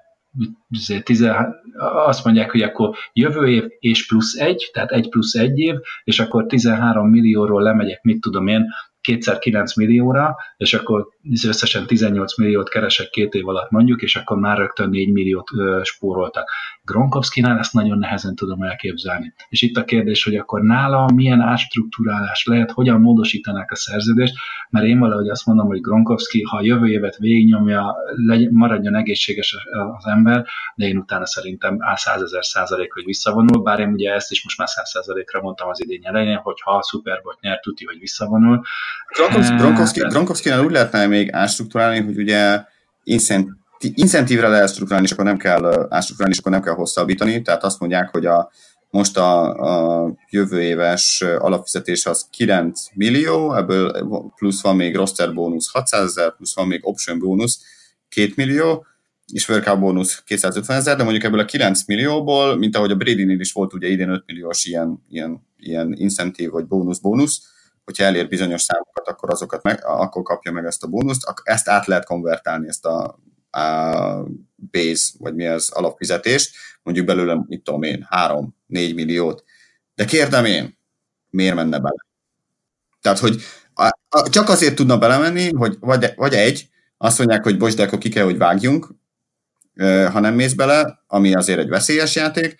azt mondják, hogy akkor jövő év és plusz 1, tehát 1 plusz 1 év, és akkor 13 millióról lemegyek, mit tudom én, 2x9 millióra, és akkor összesen 18 milliót keresek 2 év alatt mondjuk, és akkor már rögtön 4 milliót spóroltak. Gronkowskinál ezt nagyon nehezen tudom elképzelni. És itt a kérdés, hogy akkor nála milyen átstruktúrálás lehet, hogyan módosítanák a szerződést, mert én valahogy azt mondom, hogy Gronkowski, ha a jövő évet végignyomja, maradjon egészséges az ember, de én utána szerintem 100 000%, hogy visszavonul, bár én ugye ezt is most már 100%-ra mondtam az idény elején, hogy ha a Super Bowl-t nyer, tuti, hogy visszavonul. Gronkowskinál úgy lehetne még átstruktúrálni, hogy ugye incentívre lehet strukturálni, és akkor nem kell átstruktúrálni, és akkor nem kell hosszabbítani. Tehát azt mondják, hogy most a jövő éves alapfizetés az 9 millió, ebből plusz van még roster bónusz 600 000, plusz van még option bónusz 2 millió, és workout bónusz 250 000, de mondjuk ebből a 9 millióból, mint ahogy a Bradynél is volt ugye idén 5 milliós ilyen incentív vagy bónusz, hogyha elér bizonyos számokat, akkor kapja meg ezt a bónuszt, ezt át lehet konvertálni, ezt a base, vagy mi az alapfizetést, mondjuk belőle, mit tudom én, 3-4 milliót. De kérdem én, miért menne bele? Tehát, hogy csak azért tudna belemenni, hogy vagy azt mondják, hogy bocs, de akkor ki kell, hogy vágjunk, ha nem mész bele, ami azért egy veszélyes játék,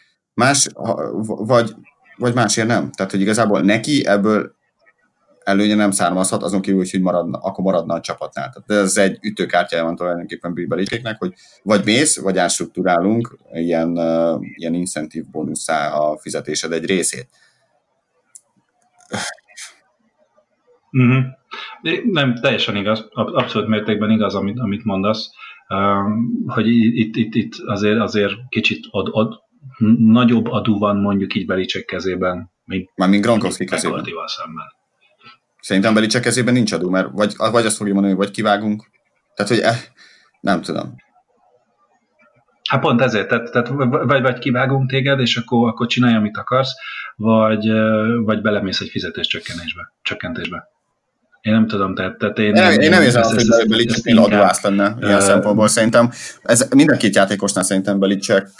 vagy másért nem. Tehát, hogy igazából neki ebből előnye nem származhat, azon kívül, hogy akkor maradna a csapatnál. Tehát ez egy ütőkártyája van tulajdonképpen Bill Belichicknek, hogy vagy mész, vagy átstruktúrálunk ilyen incentív bónuszá a fizetésed egy részét. Mm-hmm. Nem, teljesen igaz, abszolút mértékben igaz, amit mondasz, hogy itt azért kicsit nagyobb adó van mondjuk így Belichick kezében, mint Gronkowski kezében. Szemben. Szerintem Belichick kezében nincs adó, mert vagy azt fogja mondani, hogy vagy kivágunk, tehát hogy nem tudom. Hát pont ezért, tehát vagy kivágunk téged, és akkor csinálj, amit akarsz, vagy belemész egy fizetéscsökkentésbe. Én nem tudom, tehát én nem érzem azt, hogy Belichick adóász lenne ilyen szempontból. Szerintem ez minden két játékosnál szerintem Belichick,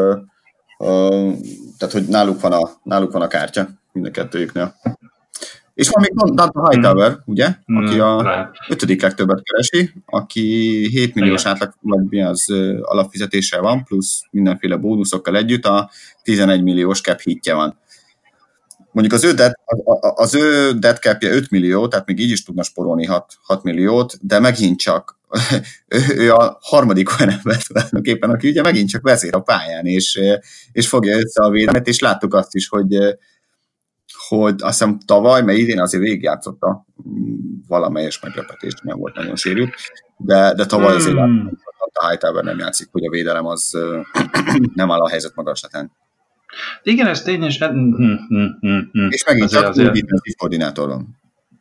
tehát hogy náluk van a kártya, mind a kettőjüknél. És van még Dante Hightower, ugye, aki a 5. legtöbbet keresi, aki 7 milliós átlag, vagy mi az alapfizetéssel van, plusz mindenféle bónuszokkal együtt, a 11 milliós cap hitje van. Mondjuk az ő dead capja 5 millió, tehát még így is tudna sporolni 6 milliót, de megint csak ő a harmadik olyan ember tulajdonképpen, aki ugye megint csak vezér a pályán, és fogja össze a védelmet, és láttuk azt is, hogy azt hiszem tavaly, mert idén azért végigjátszotta valamelyes meglepetés, nem volt nagyon sérült, de tavaly azért a Hightower nem játszik, hogy a védelem az nem áll a helyzet magaslatán. Igen, ez tényleg. És megint csak azért defensív koordinátor van.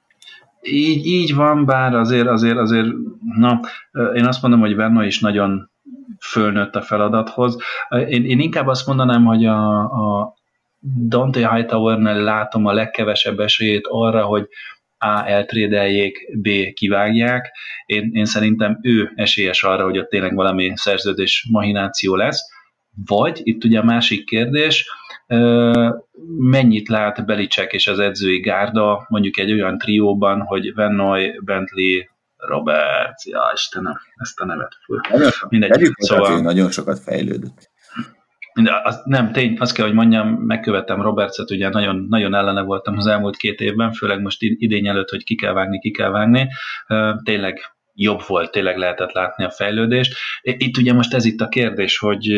Így van, bár azért, na, én azt mondom, hogy Verno is nagyon fölnőtt a feladathoz. Én inkább azt mondanám, hogy a Dante Hightower-nel látom a legkevesebb esélyét arra, hogy A. eltrédeljék, B. kivágják. Én szerintem ő esélyes arra, hogy ott tényleg valami szerződés mahináció lesz. Vagy, itt ugye a másik kérdés, mennyit lát Belichick és az edzői gárda mondjuk egy olyan trióban, hogy Van Noy, Bentley, Roberts, ja Istenem, ezt a nevet föl. Mindegy, szóval nagyon sokat fejlődött. Azt kell, hogy mondjam, megkövettem Robertset, ugye nagyon, nagyon ellene voltam az elmúlt 2 évben, főleg most idény előtt, hogy ki kell vágni. Tényleg jobb volt, tényleg lehetett látni a fejlődést. Itt ugye most ez itt a kérdés,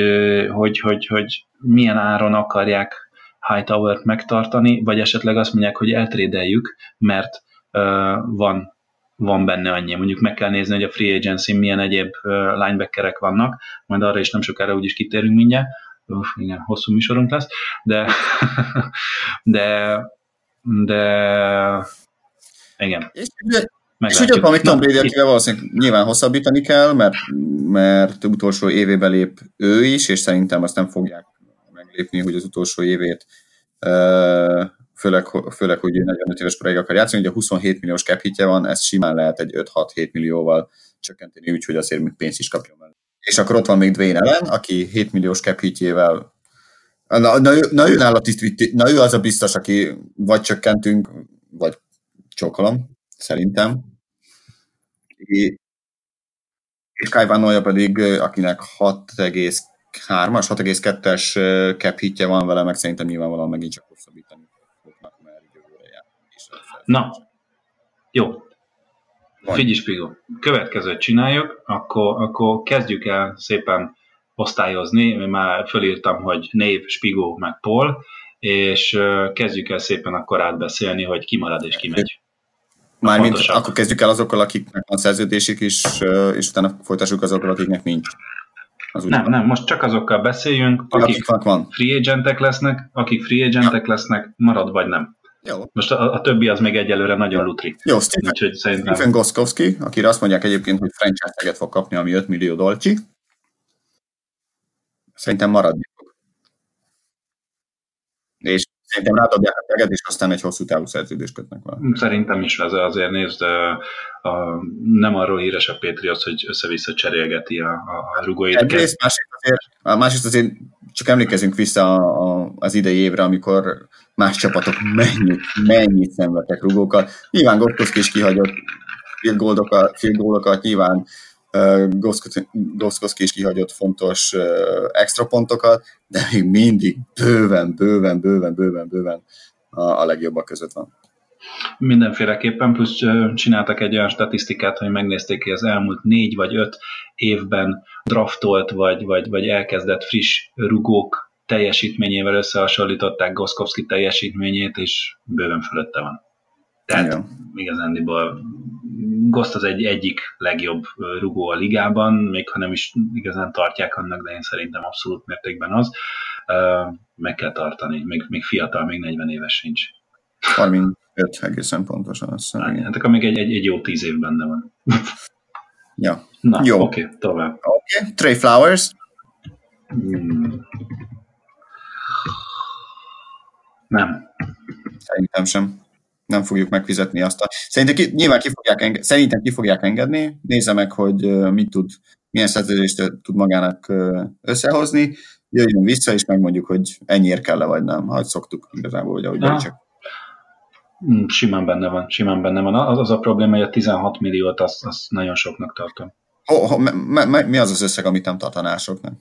hogy milyen áron akarják Hightower-t megtartani, vagy esetleg azt mondják, hogy eltrédeljük, mert van benne annyi. Mondjuk meg kell nézni, hogy a free agency milyen egyéb linebackerek vannak, majd arra is nem sokára úgyis kitérünk mindjárt. Igen, hosszú műsorunk lesz, de igen. És ugye amíg Tom Brady, akivel valószínűleg nyilván hosszabbítani kell, mert utolsó évébe lép ő is, és szerintem azt nem fogják meglépni, hogy az utolsó évét főleg hogy 45 éves koráig akar játszani, ugye 27 milliós cap hitje van, ezt simán lehet egy 5-6-7 millióval csökkenteni, úgyhogy azért még pénzt is kapjon mellett. És akkor ott van még Dwayne Allen, aki 7 milliós cap hitjével ő az a biztos, aki vagy csökkentünk, vagy csókolom, szerintem. És Kyle Van Noy pedig, akinek 6,3-as, 6,2-es cap hitje van vele, meg szerintem nyilvánvalóan megint csak hosszabbítani fognak, mert jövőre jár. Na, jó. Figyelj, Spigo, következőt csináljuk, akkor kezdjük el szépen osztályozni, már fölírtam, hogy név, Spigo, meg Paul, és kezdjük el szépen akkor átbeszélni, hogy ki marad és ki megy. Mármint akkor kezdjük el azokkal, akiknek van szerződésük is, és utána folytassuk azokkal, akiknek nincs. Nem, most csak azokkal beszéljünk, akik free agentek lesznek, marad vagy nem. Jó. Most a többi az még egyelőre nagyon lutri. Jó, Stephen Gostkowski, akire azt mondják egyébként, hogy franchise taget fog kapni, ami 5 millió dolcsi. Szerintem maradni fog. És szerintem rádobják a taget, és aztán egy hosszú távú szerződést kötnek vele. Szerintem is azért nézd, nem arról híres a Patriots, hogy össze-vissza cserélgeti a rugóit. Másrészt azért csak emlékezzünk vissza az idei évre, amikor más csapatok mennyit szenvedtek rugókat. Nyilván Gostkowski is kihagyott field gólokat, nyilván Gostkowski is kihagyott fontos extra pontokat, de még mindig bőven a legjobbak között van. Mindenféleképpen, plusz csináltak egy olyan statisztikát, hogy megnézték, hogy az elmúlt 4 vagy 5 évben draftolt vagy elkezdett friss rugók teljesítményével összehasonlították Gostkowski teljesítményét, és bőven fölötte van. Tehát igazándiból Goszt az egyik legjobb rugó a ligában, még ha nem is igazán tartják annak, de én szerintem abszolút mértékben az. Meg kell tartani, még fiatal, még 40 éves sincs. 35 egészen pontosan azt hiszem. Hát akkor még egy jó 10 év benne van. Ja. Na, jó. Oké, tovább. Oké. Trey Flowers? Nem. Szerintem sem. Nem fogjuk megfizetni azt. Szerintem ki fogják engedni. Nézze meg, hogy milyen szerződést tud magának összehozni. Jöjjön vissza, és megmondjuk, hogy ennyiért kell-e, vagy nem. Ahogy szoktuk igazából, hogy ahogy csak. Simán benne van. Az a probléma, hogy a 16 milliót azt nagyon soknak tartom. Mi az összeg, amit nem tartanál soknak?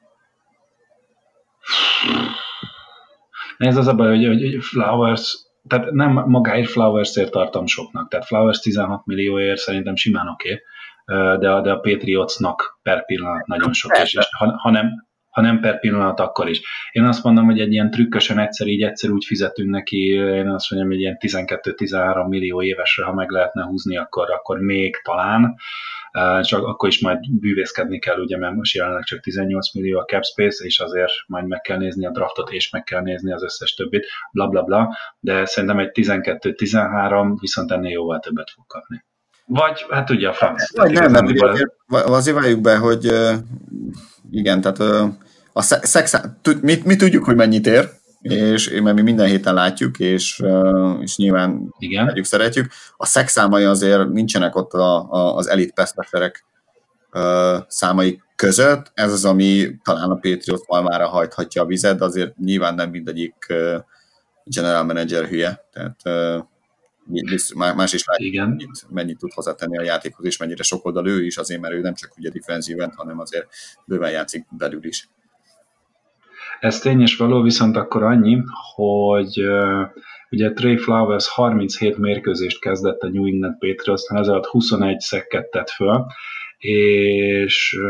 Ez az a baj, hogy Flowers, tehát nem magáért Flowersért tartom soknak. Tehát Flowers 16 millióért szerintem simán oké, de a Patriotsnak per pillanat nagyon sok, és ha nem per pillanat, akkor is. Én azt mondom, hogy egy ilyen trükkösen egyszer úgy fizetünk neki, én azt mondom, hogy ilyen 12-13 millió évesre, ha meg lehetne húzni, akkor még talán, csak akkor is majd bűvészkedni kell, ugye, mert most jelenleg csak 18 millió a cap space, és azért majd meg kell nézni a draftot, és meg kell nézni az összes többit, blablabla, de szerintem egy 12-13 viszont ennél jóval többet fog kapni. Vagy, hát ugye a franc. Vagy nem, azért várjuk be, hogy igen, tehát mi tudjuk, hogy mennyit ér, mert mi minden héten látjuk, és nyilván szeretjük. A szexszámai azért nincsenek ott az elite pass-rusherek számai között. Ez az, ami talán a Patriots malmára hajthatja a vizet, de azért nyilván nem mindegyik general manager hülye. Tehát más is látjuk, mennyit tud hozzátenni a játékhoz, és mennyire sokoldalú ő is, azért, mert ő nem csak ugye defensíven, hanem azért bőven játszik belül is. Ez tény és való, viszont akkor annyi, hogy ugye Trey Flowers 37 mérkőzést kezdett a New England Patriots-nál, ez alatt 21 szekket tett föl, és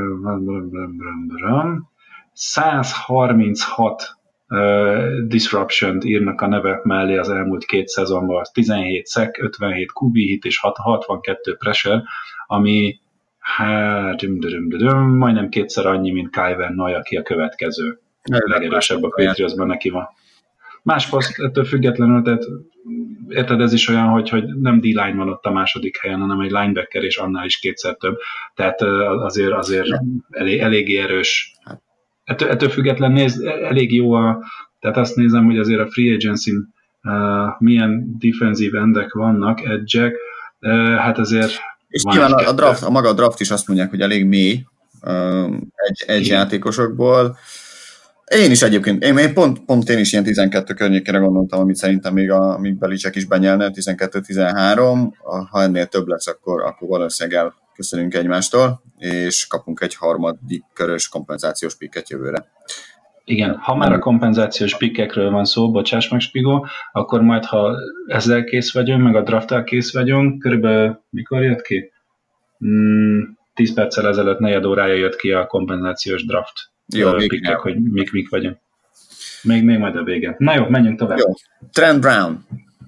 136 disruption-t írnak a nevek mellé az elmúlt 2 szezonban, az 17 szek, 57 QB hit és 62 pressure, ami majdnem kétszer annyi, mint Kyler Noy, aki a következő legerősebb a Patriotsban, neki van. Más poszt ettől függetlenül, tehát érted, ez is olyan, hogy nem D-line van ott a második helyen, hanem egy linebacker, és annál is kétszer több. Tehát azért eléggé erős. Ettől független elég jó tehát azt nézem, hogy azért a free agency-n milyen defensív endek vannak, edge-ek, hát azért... És nyilván maga a draft is azt mondják, hogy elég mély edge játékosokból. Én is egyébként, én pont én is ilyen 12 környékére gondoltam, amit szerintem még Belichick is benyelne, 12-13, ha ennél több lesz, akkor valószínűleg elköszönünk egymástól, és kapunk egy harmadik körös kompenzációs pikket jövőre. Igen, ha már a kompenzációs pikkekről van szó, bocsáss meg Spigó, akkor majd, ha ezzel kész vagyunk, meg a drafttal kész vagyunk, körülbelül mikor jött ki? 10 perccel ezelőtt, 4 órája jött ki a kompenzációs draft. Jó, pikkek, hogy mik vagyunk. Még majd a vége. Na jó, menjünk tovább. Jó. Trent Brown.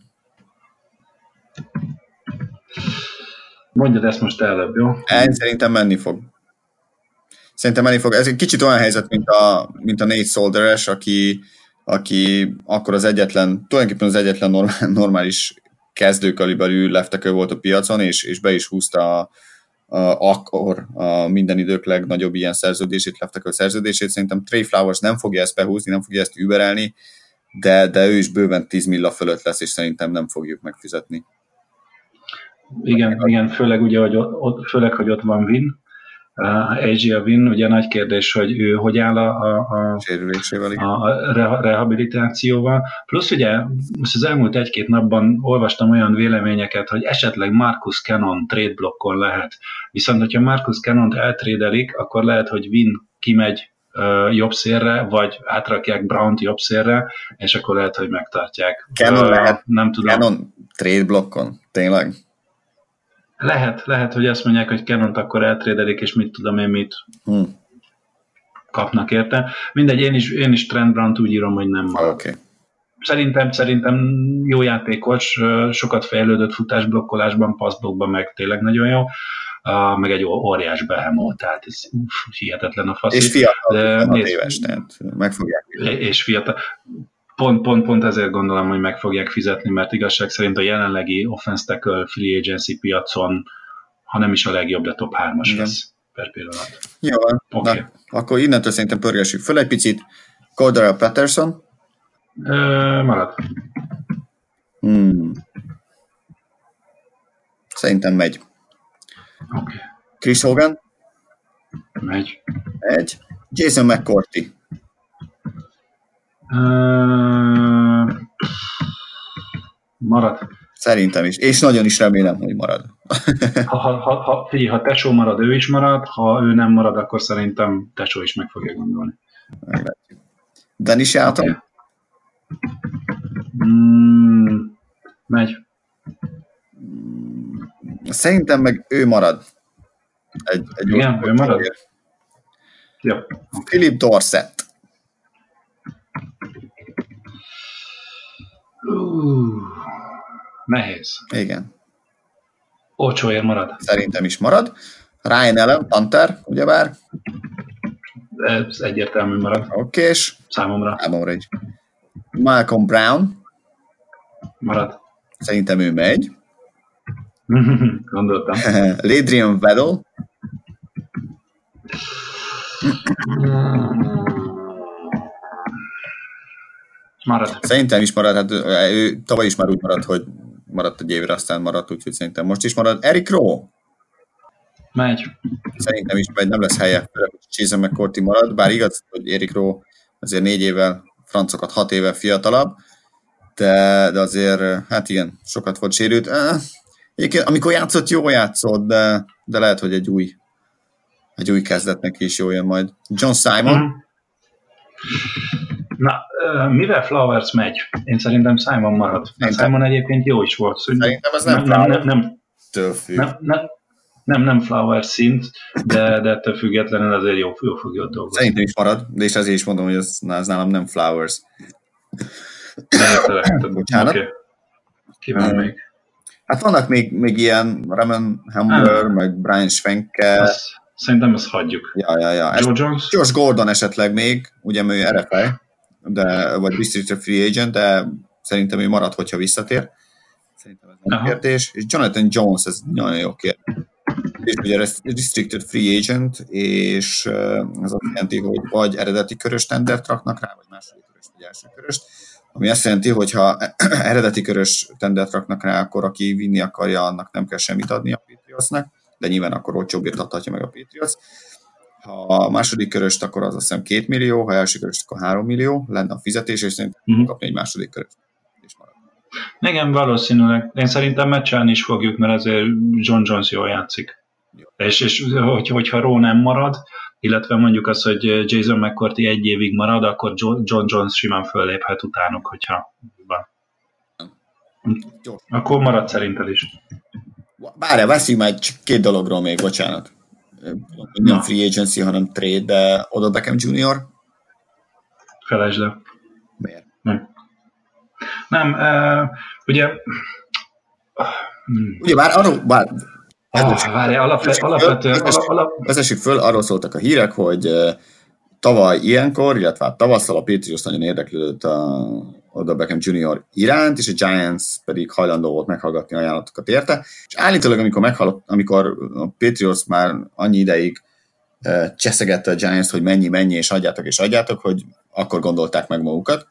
Mondjad ezt most előbb, jó? Én szerintem menni fog. Ez egy kicsit olyan helyzet, mint a Nate Solder-es, aki akkor tulajdonképpen az egyetlen normális kezdőkaliberű left tackle volt a piacon, és be is húzta akkor a minden idők legnagyobb ilyen szerződését, left tackle szerződését. Szerintem Trey Flowers nem fogja ezt behúzni, nem fogja ezt überelni, de ő is bőven 10 milla fölött lesz, és szerintem nem fogjuk megfizetni. Igen, főleg ugye, hogy ott van Win, AJ Win, ugye nagy kérdés, hogy ő hogy áll a rehabilitációval. Plusz ugye most az elmúlt 1-2 napban olvastam olyan véleményeket, hogy esetleg Marcus Cannon trade blokkon lehet. Viszont, hogyha Marcus Cannont eltrédelik, akkor lehet, hogy Win kimegy jobb szélre, vagy átrakják Brownt jobb szélre, és akkor lehet, hogy megtartják. Cannon lehet, nem tudom. Cannon trade blokkon, tényleg? Lehet, hogy azt mondják, hogy Cannont akkor eltrédelik, és mit tudom én, mit kapnak érte. Mindegy, én is Trent Brown-t úgy írom, hogy nem marad. Okay. Szerintem jó játékos, sokat fejlődött futásblokkolásban, passzblokkban meg tényleg nagyon jó, meg egy óriás behemolt, tehát ez hihetetlen a faszi. És fiatal, éves, tehát meg fogják. És fiatal. Pont ezért gondolom, hogy meg fogják fizetni, mert igazság szerint a jelenlegi offense tackle free agency piacon, ha nem is a legjobb, de top 3-as lesz per pillanat. Jó, okay. Akkor innentől szerintem pörgessük föl egy picit. Cordero Patterson? Marad. Szerintem megy. Okay. Chris Hogan? Megy. Jason McCourty? Marad. Szerintem is. És nagyon is remélem, hogy marad. Ha Tesó marad, ő is marad. Ha ő nem marad, akkor szerintem Tesó is meg fogja gondolni. Danny Shelton? Okay. Megy. Szerintem meg ő marad. Igen, ő marad? Jó. Okay. Philip Dorsett. Nehéz. Igen. Olcsóért marad. Szerintem is marad. Ryan Allen, Panther, ugyebár. Ez egyértelmű marad. Okés. Számomra is. Malcolm Brown. Marad. Szerintem ő megy. Gondoltam. Ladrian Weddle. Marad. Szerintem is marad, hát ő tavaly is már úgy maradt, hogy maradt egy évre, aztán maradt, úgyhogy szerintem most is marad. Eric Rowe. Megy. Szerintem is megy, nem lesz helye, hogy Jason McCourty marad, bár igaz, hogy Eric Rowe azért 4 évvel, francokat 6 évvel fiatalabb, de azért, hát igen, sokat volt sérült. Egyébként, amikor játszott, jól játszott, de lehet, hogy egy új kezdetnek is jól jön majd. John Simon. Na, mivel Flowers megy? Én szerintem Simon marad. Simon egyébként jó is volt. Szerintem ez nem Flowers szint, de ettől függetlenül azért jó fogja dolgozni. Szerintem is marad, de és azért is mondom, hogy ez nálam nem Flowers. Bocsánat. Okay. Kíván még? Hát vannak még ilyen Ramon Hamler, meg Brian Schwenke. Szerintem ezt hagyjuk. Ja. Josh Gordon esetleg még, ugye ő RFA, vagy restricted free agent, de szerintem ő marad, hogyha visszatér. Szerintem ez nem kérdés. És Jonathan Jones, ez nagyon jó kérdés. És ugye restricted free agent, és ez azt jelenti, hogy vagy eredeti körös tendert raknak rá, vagy második körös, vagy első köröst. Ami azt jelenti, hogy ha eredeti körös tendert raknak rá, akkor aki vinni akarja, annak nem kell semmit adni a Patriotsnak, de nyilván akkor olcsóbbért adhatja meg a Patriots. Ha a második köröst, akkor az azt hiszem 2 millió, ha első köröst, akkor 3 millió lenne a fizetés, és szerintem kapni egy második köröst. Igen, valószínűleg. Én szerintem meccselni is fogjuk, mert azért John Jones jól játszik. És hogyha Rowe nem marad, illetve mondjuk azt, hogy Jason McCourty 1 évig marad, akkor John Jones simán fölléphet utánuk, hogyha van. Akkor marad szerinted is. Bárja, beszéljünk már 2 dologról még, bocsánat. Nem free agency, hanem trade, de Odell Beckham Jr. Felejtsd el. Miért? Nem, ugye... Ugye alapvetően... Vezessük föl, arról szóltak a hírek, hogy tavaly ilyenkor, illetve tavasszal a Patriots nagyon érdeklődött a Odell Beckham Jr. iránt, és a Giants pedig hajlandó volt meghallgatni ajánlatokat érte, és állítólag, amikor a Patriots már annyi ideig cseszegette a Giants, hogy mennyi, és adjátok, hogy akkor gondolták meg magukat.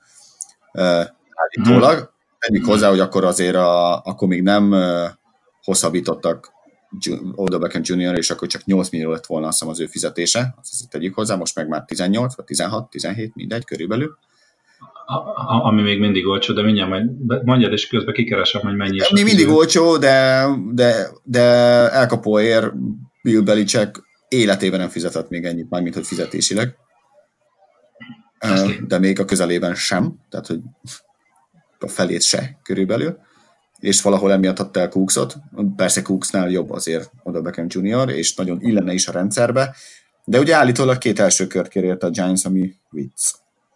Állítólag. Tegyük hozzá, hogy akkor azért akkor még nem hosszabbítottak Odell Beckham Jr., és akkor csak 8 millió lett volna, azt hiszem, az ő fizetése, azt tegyük hozzá, most meg már 18, vagy 16, 17, mindegy, körülbelül. Ami még mindig olcsó, de mindjárt majd mondjad, és közben kikeresem, hogy mennyi is. Mi mindig olcsó, de elkapóért Bill Belichick életében nem fizetett még ennyit, mármint hogy fizetésileg. De még a közelében sem, tehát hogy a felét se körülbelül, és valahol emiatt adta el Cooksot. Persze Cooksnál jobb azért Odell Beckham Jr., és nagyon illene is a rendszerbe, de ugye állítólag 2 első kört kérért a Giants, ami vicc.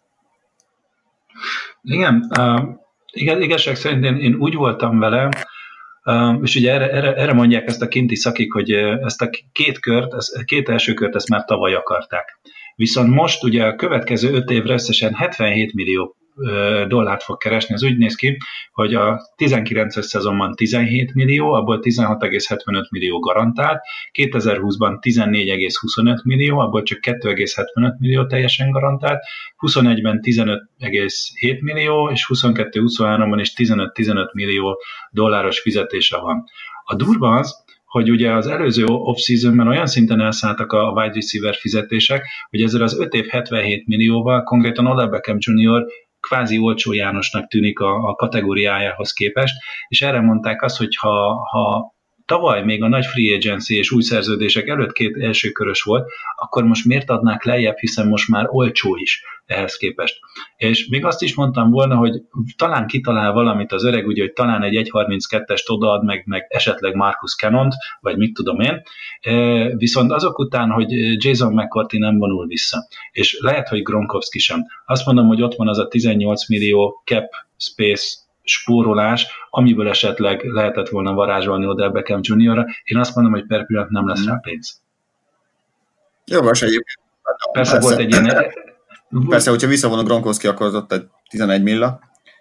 Igen, igazság szerint én úgy voltam vele, és ugye erre mondják ezt a kinti szakik, hogy ezt a 2 első kört ezt már tavaly akarták. Viszont most ugye a következő 5 évre összesen 77 millió dollárt fog keresni. Ez úgy néz ki, hogy a 19-es szezonban 17 millió, abból 16,75 millió garantált, 2020-ban 14,25 millió, abból csak 2,75 millió teljesen garantált, 21-ben 15,7 millió, és 22-23-ban is 15-15 millió dolláros fizetése van. A durva az, hogy ugye az előző off-seasonben olyan szinten elszálltak a wide receiver fizetések, hogy ezzel az 5 év 77 millióval konkrétan Odell Beckham Jr. kvázi olcsó Jánosnak tűnik a kategóriájához képest, és erre mondták azt, hogy ha tavaly még a nagy free agency és új szerződések előtt 2 elsőkörös volt, akkor most miért adnák lejjebb, hiszen most már olcsó is ehhez képest. És még azt is mondtam volna, hogy talán kitalál valamit az öreg, ugye, hogy talán egy 1.32-est odaad, meg esetleg Marcus Cannont, vagy mit tudom én, viszont azok után, hogy Jason McCourty nem vonul vissza, és lehet, hogy Gronkowski sem. Azt mondom, hogy ott van az a 18 millió cap space spórolás, amiből esetleg lehetett volna varázsolni Odell Beckham Jr.-ra. Én azt mondom, hogy per pillanat nem lesz rá pénz. Jó, most egyébként. Persze volt egy ilyen... Persze, hogyha visszavonok Gronkowski, akkor az ott egy 11 milla.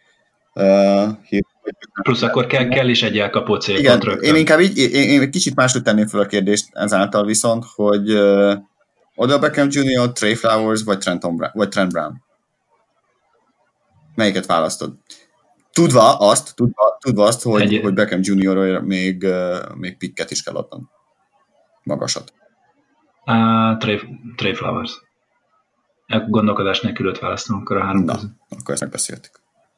Plusz akkor kell is egy elkapó célpont. Igen, rögtön. én inkább én kicsit máshogy tenném fel a kérdést ezáltal viszont, hogy Odell Beckham Jr., Trey Flowers vagy Trent Brown. Melyiket választod? Tudva azt, hogy Beckham Jr. még picket is kell adnom. Magasat. Trey Flowers. Gondolkodás nélkül őt választom, akkor a 3 között. Akkor ezt megbeszéltük.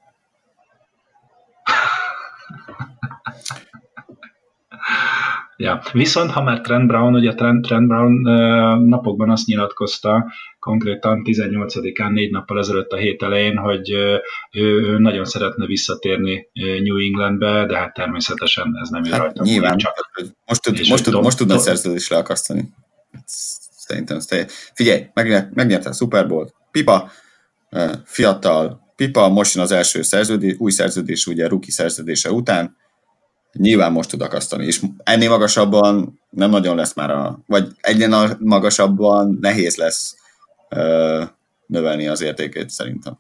Ja. Viszont, ha már Trent Brown, ugye Trent Brown napokban azt nyilatkozta, konkrétan 18-án 4 nappal ezelőtt a hét elején, hogy ő nagyon szeretne visszatérni New Englandbe, de hát természetesen ez nem jön rajta. Nyilván, csak. Most tudna szerződést leakasztani. Szerintem. Figyelj, megnyerte a Super Bowl-t. Pipa, fiatal, Pipa, most jön az első új szerződés, ugye rookie szerződése után, nyilván most tud akasztani, és ennél magasabban nem nagyon lesz már vagy ennél magasabban nehéz lesz növelni az értékét szerintem.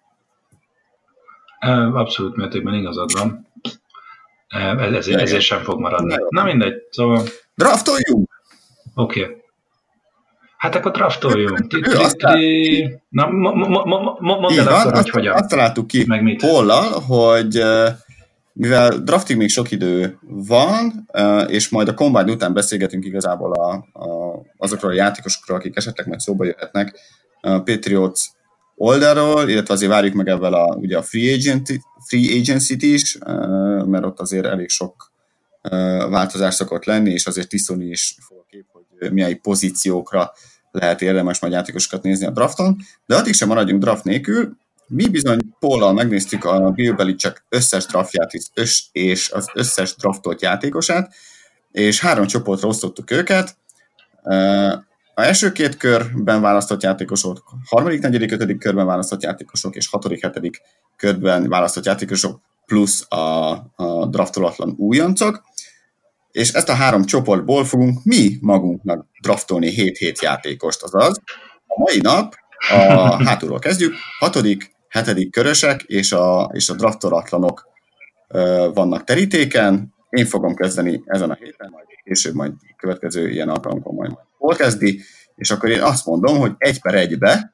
Abszolút mértékben igazad van. Ezért sem fog maradni. Na mindegy, szóval... Draftoljunk! Oké. Hát akkor draftoljunk. Na, mondd el akkor, hogy hogyan. Azt találtuk ki Paul-lal, hogy mivel draftig még sok idő van, és majd a Combine után beszélgetünk igazából azokról a játékosokról, akik esetleg majd szóba jöhetnek Patriots oldalról, illetve azért várjuk meg ebben ugye a free agency-t is, mert ott azért elég sok változás szokott lenni, és azért tisztulni is fog a kép, hogy milyen pozíciókra lehet érdemes majd játékosokat nézni a drafton, de addig sem maradjunk draft nélkül. Mi bizony Paul-al megnéztük a Bill Belichick összes draftját és az összes draftolt játékosát, és 3 csoportra osztottuk őket. A első 2 körben választott játékosok, 3., 4., 5. körben választott játékosok, és 6., 7. körben választott játékosok, plusz a draftolatlan újoncok, és ezt a 3 csoportból fogunk mi magunknak draftolni 7 játékost, azaz a mai nap hátulról kezdjük, 6., 7. körösek és a draftolatlanok vannak terítéken. Én fogom kezdeni ezen a héten, majd később majd következő ilyen alkalomkor majd hol kezdi, és akkor én azt mondom, hogy 1/1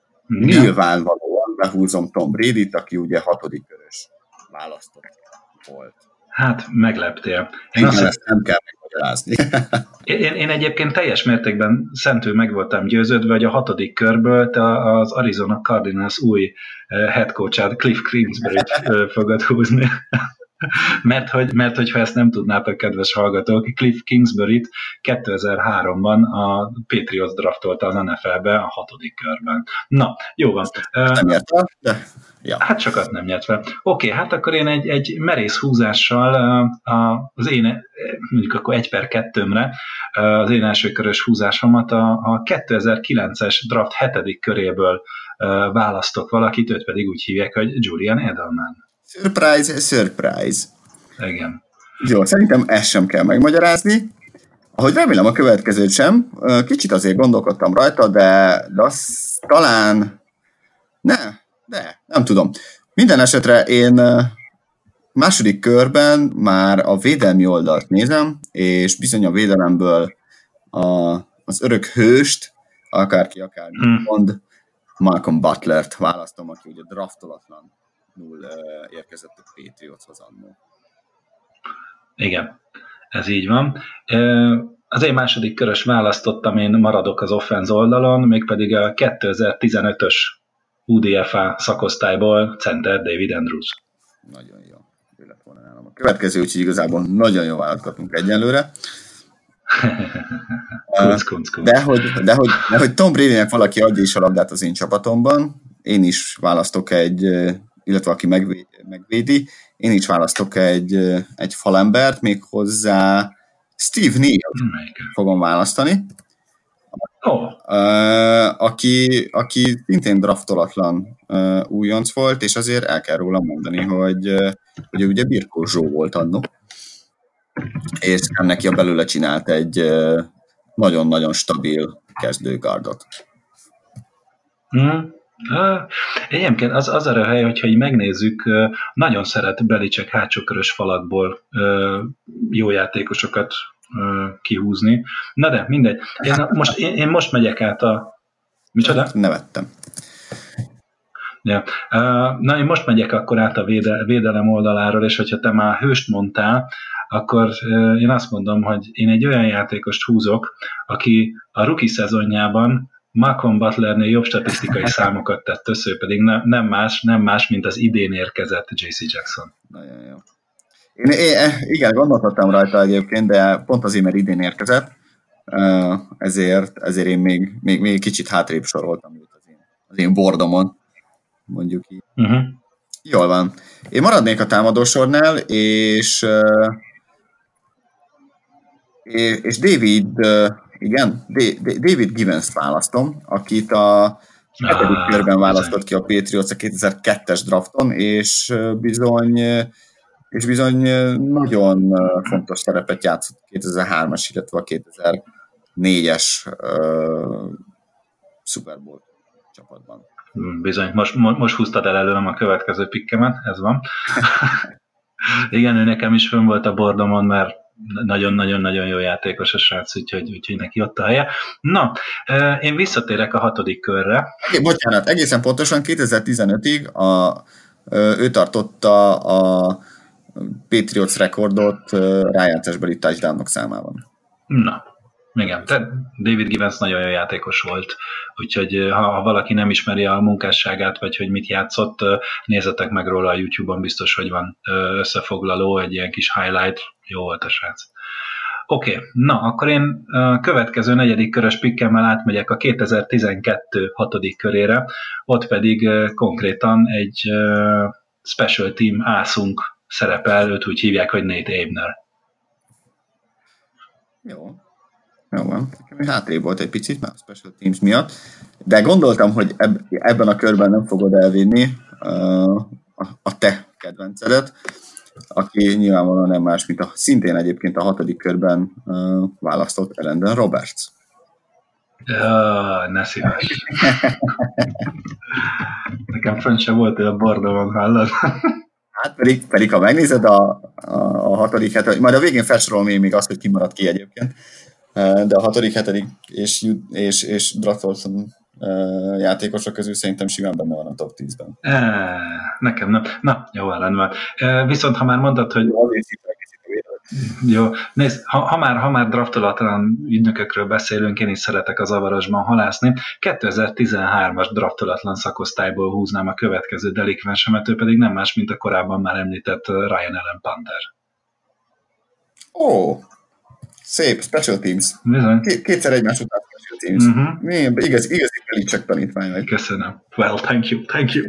nyilvánvalóan behúzom Tom Brady-t, aki ugye 6. körös választott volt. Hát, megleptél. Ezt nem kell megmagyarázni. Én egyébként teljes mértékben szentül meg voltam győződve, hogy a 6. körből te az Arizona Cardinals új head coachát, Cliff Kingsburyt fogod húzni. mert hogyha ezt nem tudnátok, kedves hallgatók, Cliff Kingsburyt 2003-ban a Patriots draftolta az NFL-be a 6. körben. Na, jó van. Nem nyert fel, de... Ja. Hát sokat nem nyert fel. Oké, hát akkor én egy merész húzással az én, mondjuk akkor 1/2-re az én elsőkörös húzásomat a 2009-es draft 7. köréből választok valakit, őt pedig úgy hívják, hogy Julian Edelman. Surprise. Igen. Jó, szerintem ezt sem kell megmagyarázni. Ahogy remélem a következőt sem, kicsit azért gondolkodtam rajta, de azt talán... Nem tudom. Minden esetre én második körben már a védelmi oldalt nézem, és bizony a védelemből az örök hőst, akárki mond, Malcolm Butlert választom, aki ugye draftolatlanul érkezett a Patriotshoz annól. Igen, ez így van. Az én második körös választottam, én maradok az offense oldalon, mégpedig a 2015-ös UDFA szakosztályból center David Andrews. Nagyon jó. Ő lett volna nálam a következő, úgyhogy igazából nagyon jó választ kapunk egyenlőre. De hogy Tom Bradynek valaki adja is a labdát az én csapatomban, én is választok illetve aki megvédi, én is választok egy falembert, még hozzá Steve Neal fogom választani. Aki szintén draftolatlan újonc volt, és azért el kell róla mondani, hogy ugye Birkó Zsó volt annó, és neki a belőle csinált egy nagyon-nagyon stabil kezdőgárdot. Egyébként az a röhely, hogyha így megnézzük, nagyon szeret Belichick hátsókörös falakból jó játékosokat kihúzni. Na de, mindegy. Én most megyek át a... Micsoda? Nevettem. Ja. Na, én most megyek akkor át a védelem oldaláról, és hogyha te már hőst mondtál, akkor én azt mondom, hogy én egy olyan játékost húzok, aki a rookie szezonjában Malcolm Butlernél jobb statisztikai számokat tett össze, pedig nem más, mint az idén érkezett J.C. Jackson. Nagyon jó. Igen, gondolkodtam rajta egyébként, de pont azért, mert idén érkezett, ezért én még kicsit hátrébb soroltam őt az én bordomon, mondjuk így. Uh-huh. Jól van. Én maradnék a támadósornál, és David Givens választom, akit a 7. körben választott ki a Patriots a 2002-es drafton, és bizony nagyon fontos szerepet játszott 2003-as, illetve a 2004-es Super Bowl csapatban. Bizony, most húztad el előlem a következő pikkemet, ez van. Igen, ő nekem is fönn volt a bordomon, mert nagyon-nagyon-nagyon jó játékos a srác, úgyhogy neki ott a helye. Na, én visszatérek a 6. körre. Bocsánat, egészen pontosan 2015-ig ő tartotta a Patriots rekordot rájátszásbeli touchdownok számában. Na, igen, David Givens nagyon jó játékos volt, úgyhogy ha valaki nem ismeri a munkásságát, vagy hogy mit játszott, nézzetek meg róla a YouTube-on, biztos, hogy van összefoglaló, egy ilyen kis highlight, jó volt a srác. Oké, na, akkor én következő 4. körös pikkemmel átmegyek a 2012 6. körére, ott pedig konkrétan egy special team ászunk szerepel, őt úgy hívják, hogy Nate Abner. Jó van. Hátrébb volt egy picit, már a special teams miatt, de gondoltam, hogy ebben a körben nem fogod elvinni a te kedvencedet, aki nyilvánvalóan nem más, mint szintén egyébként a 6. körben választott Elandon Roberts. Ne szíves. Nekem fönn sem volt, hogy a bordomon hallod. Hát pedig ha megnézed a 6., 7., majd a végén felsorolom én még azt, hogy ki maradt ki egyébként, de a 6., 7. és draftoltam játékosok közül szerintem simán benne van a top 10-ben. Nekem nem. Na, jó, rendben. Viszont ha már mondtad, hogy... Jó, nézd, ha már draftolatlan ügynökökről beszélünk, én is szeretek az avarosban halászni. 2013-as draftolatlan szakosztályból húznám a következő delikvensemet, ő pedig nem más, mint a korábban már említett Ryan Allen Panther. Szép, special teams. Bizony. Kétszer egymás után special teams. Uh-huh. Igazi Belichick tanítvány vagy. Köszönöm. Well, thank you.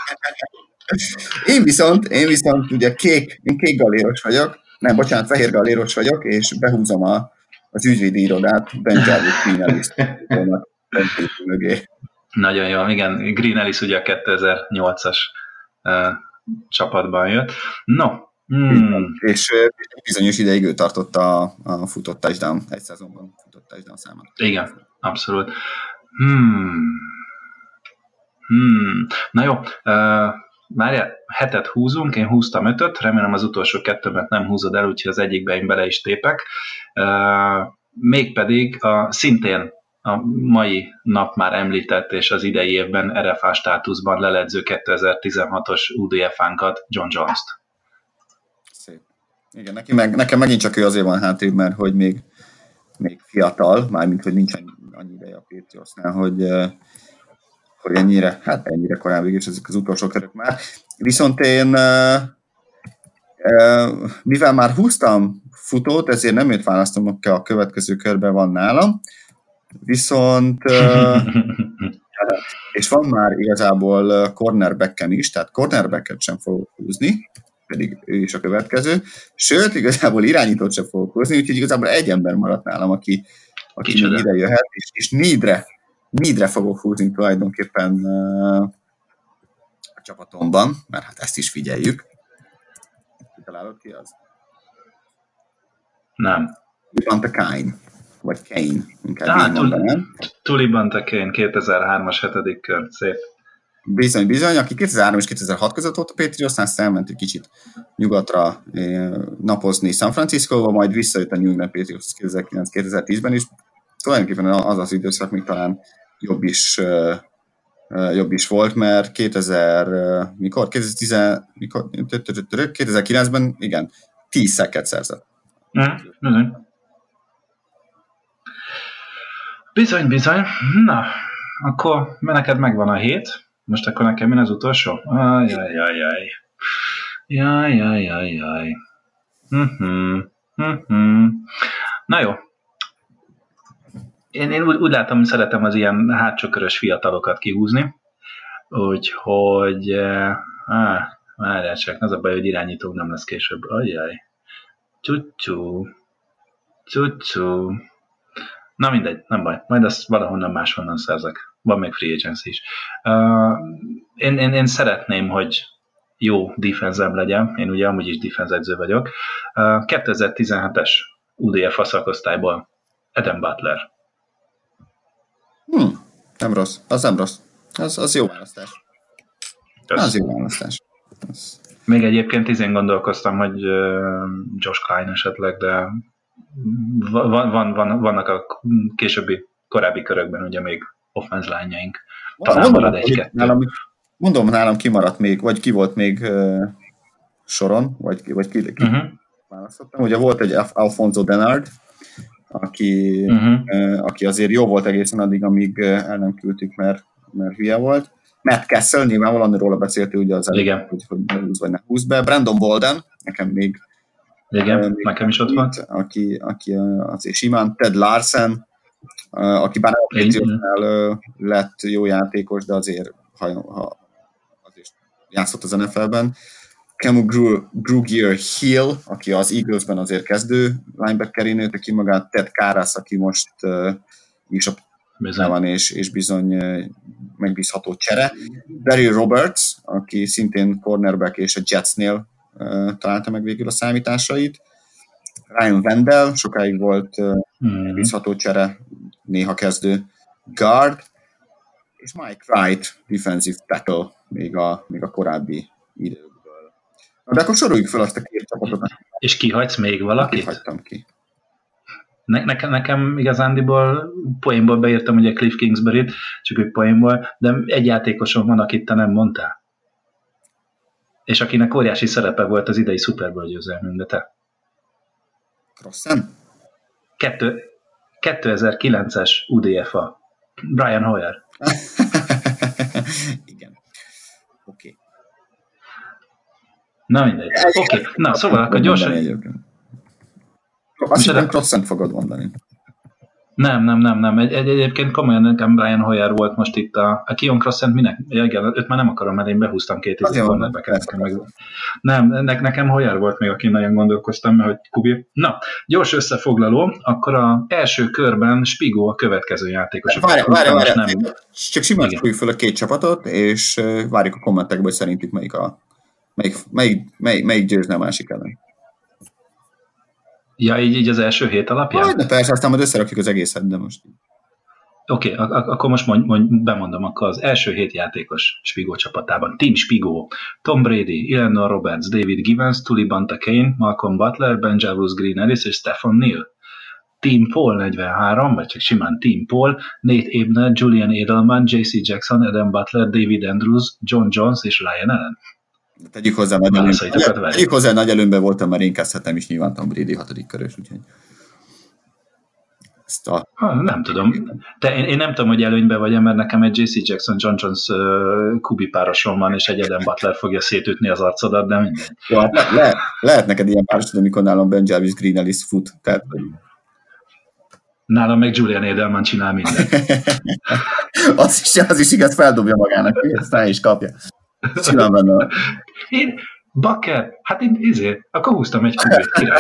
Én viszont ugye kék galéros vagyok, fehér galéros vagyok, és behúzom az ügyvédi irodát Ben Jarvis Green Ellis mögé. Nagyon jó, igen, Green Ellis ugye a 2008-as csapatban jött. No. És bizonyos ideig ő tartotta a futott touchdown, egy szezonban futott touchdown számát. Igen, abszolút. Na jó, várjál, 7-et húzunk, én húztam 5-öt, remélem az utolsó 2-et nem húzod el, úgyhogy az egyikbe én bele is tépek. Mégpedig szintén a mai nap már említett, és az idei évben RFA státuszban leledző 2016-os UDFA-nkat, John Jones-t. Szép. Igen, nekem megint csak ő azért van hátrébb, mert hogy még fiatal, mármint, hogy nincs annyi ideje a Patriotsnál, hogy ennyire korán végül is ezek az utolsó körök már. Viszont én, mivel már húztam futót, ezért nem őt választom, a következő körben van nálam. Viszont, és van már igazából cornerbackem is, tehát cornerbacket sem fogok húzni, pedig ő is a következő. Sőt, igazából irányítót sem fogok húzni, úgyhogy igazából egy ember maradt nálam, aki ide jöhet, és Needre fogok húzni tulajdonképpen a csapatomban, mert hát ezt is figyeljük. Találod ki az? Nem. Tulibante Kane, vagy Kane, inkább így mondanám. Tulibante Kane, 2003-as 7. kör, szép. Bizony, aki 2003 és 2006 között volt a Patriots, aztán elment egy kicsit nyugatra napozni San Franciscóba, majd visszajött a New England Patriots 2009-2010-ben is. Tulajdonképpen az időszak még talán jobb is volt, mert 2009-ben, igen, 10 sacket szerzett. Bizony. Na, akkor neked megvan a 7. Most akkor nekem mi az utolsó? Jaj. Na jó. Én úgy látom, szeretem az ilyen hátsókörös fiatalokat kihúzni, úgyhogy várjál csak, az a baj, hogy irányítók nem lesz később. Ajjaj. Cuccu. Na mindegy, nem baj. Majd azt valahonnan máshonnan szerzek. Van még free agency is. Én szeretném, hogy jó defense-em legyen. Én ugye amúgy is defense edző vagyok. 2017-es UDFA szakosztályból Adam Butler. Nem rossz. Az nem rossz. Az jó választás. Az jó választás. Még egyébként gondolkoztam, hogy Josh Klein esetleg, de vannak a korábbi körökben ugye még offense line-jaink. Talán marad egy-kettő. Mondom, nálam kimaradt még, vagy ki volt még soron, vagy ki választottam. Ugye volt egy Alfonso Denard, aki azért jó volt egészen addig, amíg el nem küldtük, mert hülye volt. Matt Cassel, nyilvánvalóan róla beszéltél ugye az elég, hogy ne húz vagy ne húz be. Brandon Bolden, nekem még nekem is ott van. Aki azért simán. Ted Larsen, aki bár a Patriotsnál lett jó játékos, de azért azért játszott az NFL-ben. Camu Grugier Hill, aki az Eaglesben azért kezdő linebackeré nőtte ki magát, Ted Karras, aki most is a van, és bizony megbízható csere. Barry Roberts, aki szintén cornerback és a Jetsnél találta meg végül a számításait. Ryan Wendell, sokáig volt megbízható csere, néha kezdő guard, és Mike Wright, defensive tackle, még a korábbi időkből. De akkor soroljuk fel azt a két csapatot. És kihagysz még valakit? Kihagytam ki. Nekem igazándiból poénból beírtam ugye Cliff Kingsbury-t, csak úgy poénból, de egy játékosom van, akit te nem mondtál. És akinek óriási szerepe volt az idei Super Bowl győzelmünk, de te. Crossen? 2009-es UDFA. Brian Hoyer. Igen. Oké. Na mindegy. Oké. Na, szóval akkor gyorsan... Azt hiszem, Crossent fogod mondani. Nem. Egyébként komolyan nekem Brian Hoyer volt most itt a Keon Crossent minek? Ja, igen, őt már nem akarom, mert én behúztam 2 cornerbacket. Nem, nekem Hoyer volt még, aki nagyon gondolkoztam, mert hogy Kubi. Na, gyors összefoglaló, akkor az első körben Spigó a következő játékos. Várj. Csak simán fogjuk fel a 2 csapatot, és várjuk a kommentekből, hogy szerintük melyik győzne a másik ellen. Ja, így az első hét alapján? De persze, aztán majd összerakjuk az egészet, de most... Oké, akkor most bemondom, akkor az első 7 játékos Spigó csapatában. Team Spigó, Tom Brady, Eleanor Roberts, David Givens, Tully Banta-Kane, Malcolm Butler, Ben Javus Green Ellis és Stephen Neal. Team Paul 43, vagy csak simán Team Paul, Nate Ebner, Julian Edelman, JC Jackson, Adam Butler, David Andrews, John Jones és Ryan Allen. Tegyük hozzá, nagy előnyben voltam, mert én kezdhetem is nyilván Tom Brady 6. körös, úgyhogy nem tudom. Én nem tudom, hogy előnyben vagy, mert nekem egy JC Jackson, John Jones Kubi párosom van, és egy Adam Butler fogja szétütni az arcodat, de mindegy. Jó, lehet neked ilyen párosod, amikor nálam Ben Javus Green Ellis fut. Tehát... Nálam meg Julian Edelman csinál mindent. az is igaz, feldobja magának, hogy ezt is kapja. Simán benne. Bakker, hát én akkor húztam egy Kubit, király.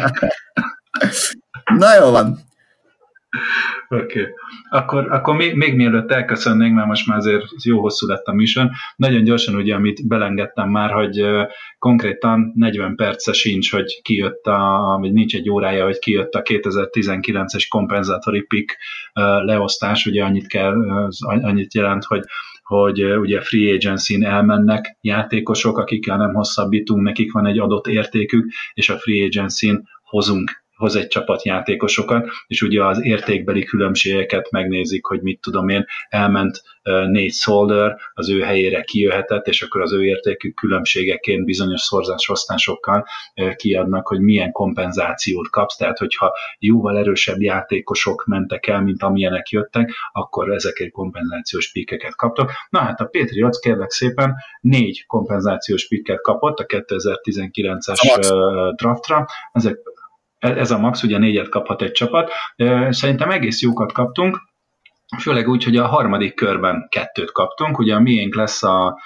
Na jó van. Oké. Akkor még mielőtt elköszönnénk, mert most már azért jó hosszú lett a műsor, nagyon gyorsan ugye, amit belengedtem már, hogy konkrétan 40 perce sincs, hogy kijött vagy nincs egy órája, hogy kijött a 2019-es kompenzátori pick leosztás, ugye annyit jelent, hogy ugye free agency-n elmennek játékosok, akikkel nem hosszabbítunk, nekik van egy adott értékük, és a free agency-n hoz egy csapat játékosokat, és ugye az értékbeli különbségeket megnézik, hogy mit tudom én, elment Nate Solder, az ő helyére kijöhetett, és akkor az ő értékű különbségeként bizonyos szorzásosztásokkal kiadnak, hogy milyen kompenzációt kapsz, tehát hogyha jóval erősebb játékosok mentek el, mint amilyenek jöttek, akkor ezek kompenzációs pikkeket kaptak. Na hát a Patriots kérlek szépen 4 kompenzációs pikket kapott a 2019-es draftra, ez a max, ugye 4-et kaphat egy csapat. Szerintem egész jókat kaptunk, főleg úgy, hogy a 3. körben 2-t kaptunk. Ugye a miénk lesz a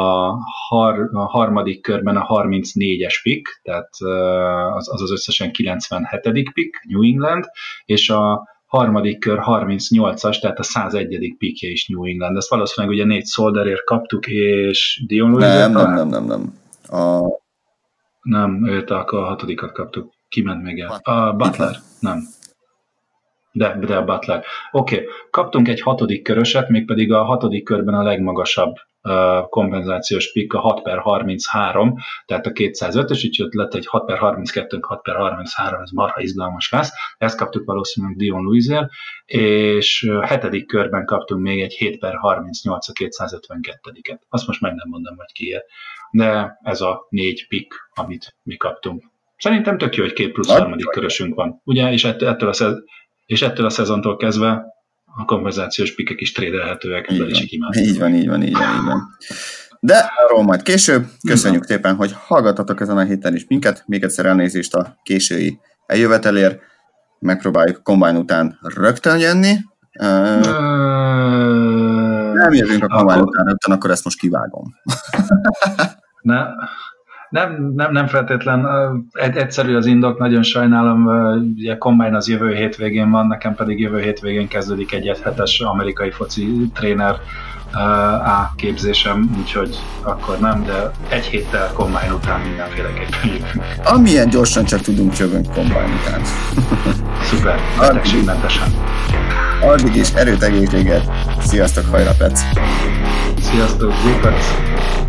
3. körben a 34-es pick, tehát az összesen 97. pick, New England, és a 3. kör 38-as, tehát a 101. pickje is New England. Ezt valószínűleg ugye Nate Solderért kaptuk, és Dion Lewis-ért Nem. Nem, őt akkor a 6-at kaptuk. Ki ment még el? A Butler? Nem. De a Butler. Oké. Kaptunk egy 6. köröset, mégpedig a 6. körben a legmagasabb kompenzációs pick, a 6/33, tehát a 205-ös, úgyhogy lett egy 6/32, 6/33, ez marha izgalmas lesz. Ezt kaptuk valószínűleg Dion Lewis-ért, és 7. körben kaptunk még egy 7/38, a 252-et. Azt most meg nem mondom, hogy kiért. De ez a 4 pick, amit mi kaptunk. Szerintem tök jó, hogy 2 plusz 3. körösünk van. Ugye, és ettől a szezontól kezdve a kompenzációs pikkek is trédelhetőek. Így van. De arról majd később. Köszönjük szépen, hogy hallgattatok ezen a héten is minket. Még egyszer elnézést a késői eljövetelért. Megpróbáljuk a Combine után rögtön jönni. Nem jövünk a Combine után rögtön, akkor ezt most kivágom. Nem feltétlen egyszerű az indok, nagyon sajnálom, ugye Combine az jövő hétvégén van, nekem pedig jövő hétvégén kezdődik egy 1 hetes amerikai foci tréner A képzésem, úgyhogy akkor nem, de 1 héttel Combine után mindenféleképpen jövünk. Amilyen gyorsan csak tudunk, jövünk Combine után. Szuper, betegségmentesen. Addig is erőt, egészséget, sziasztok, hajrá Pec! Sziasztok, Zépec!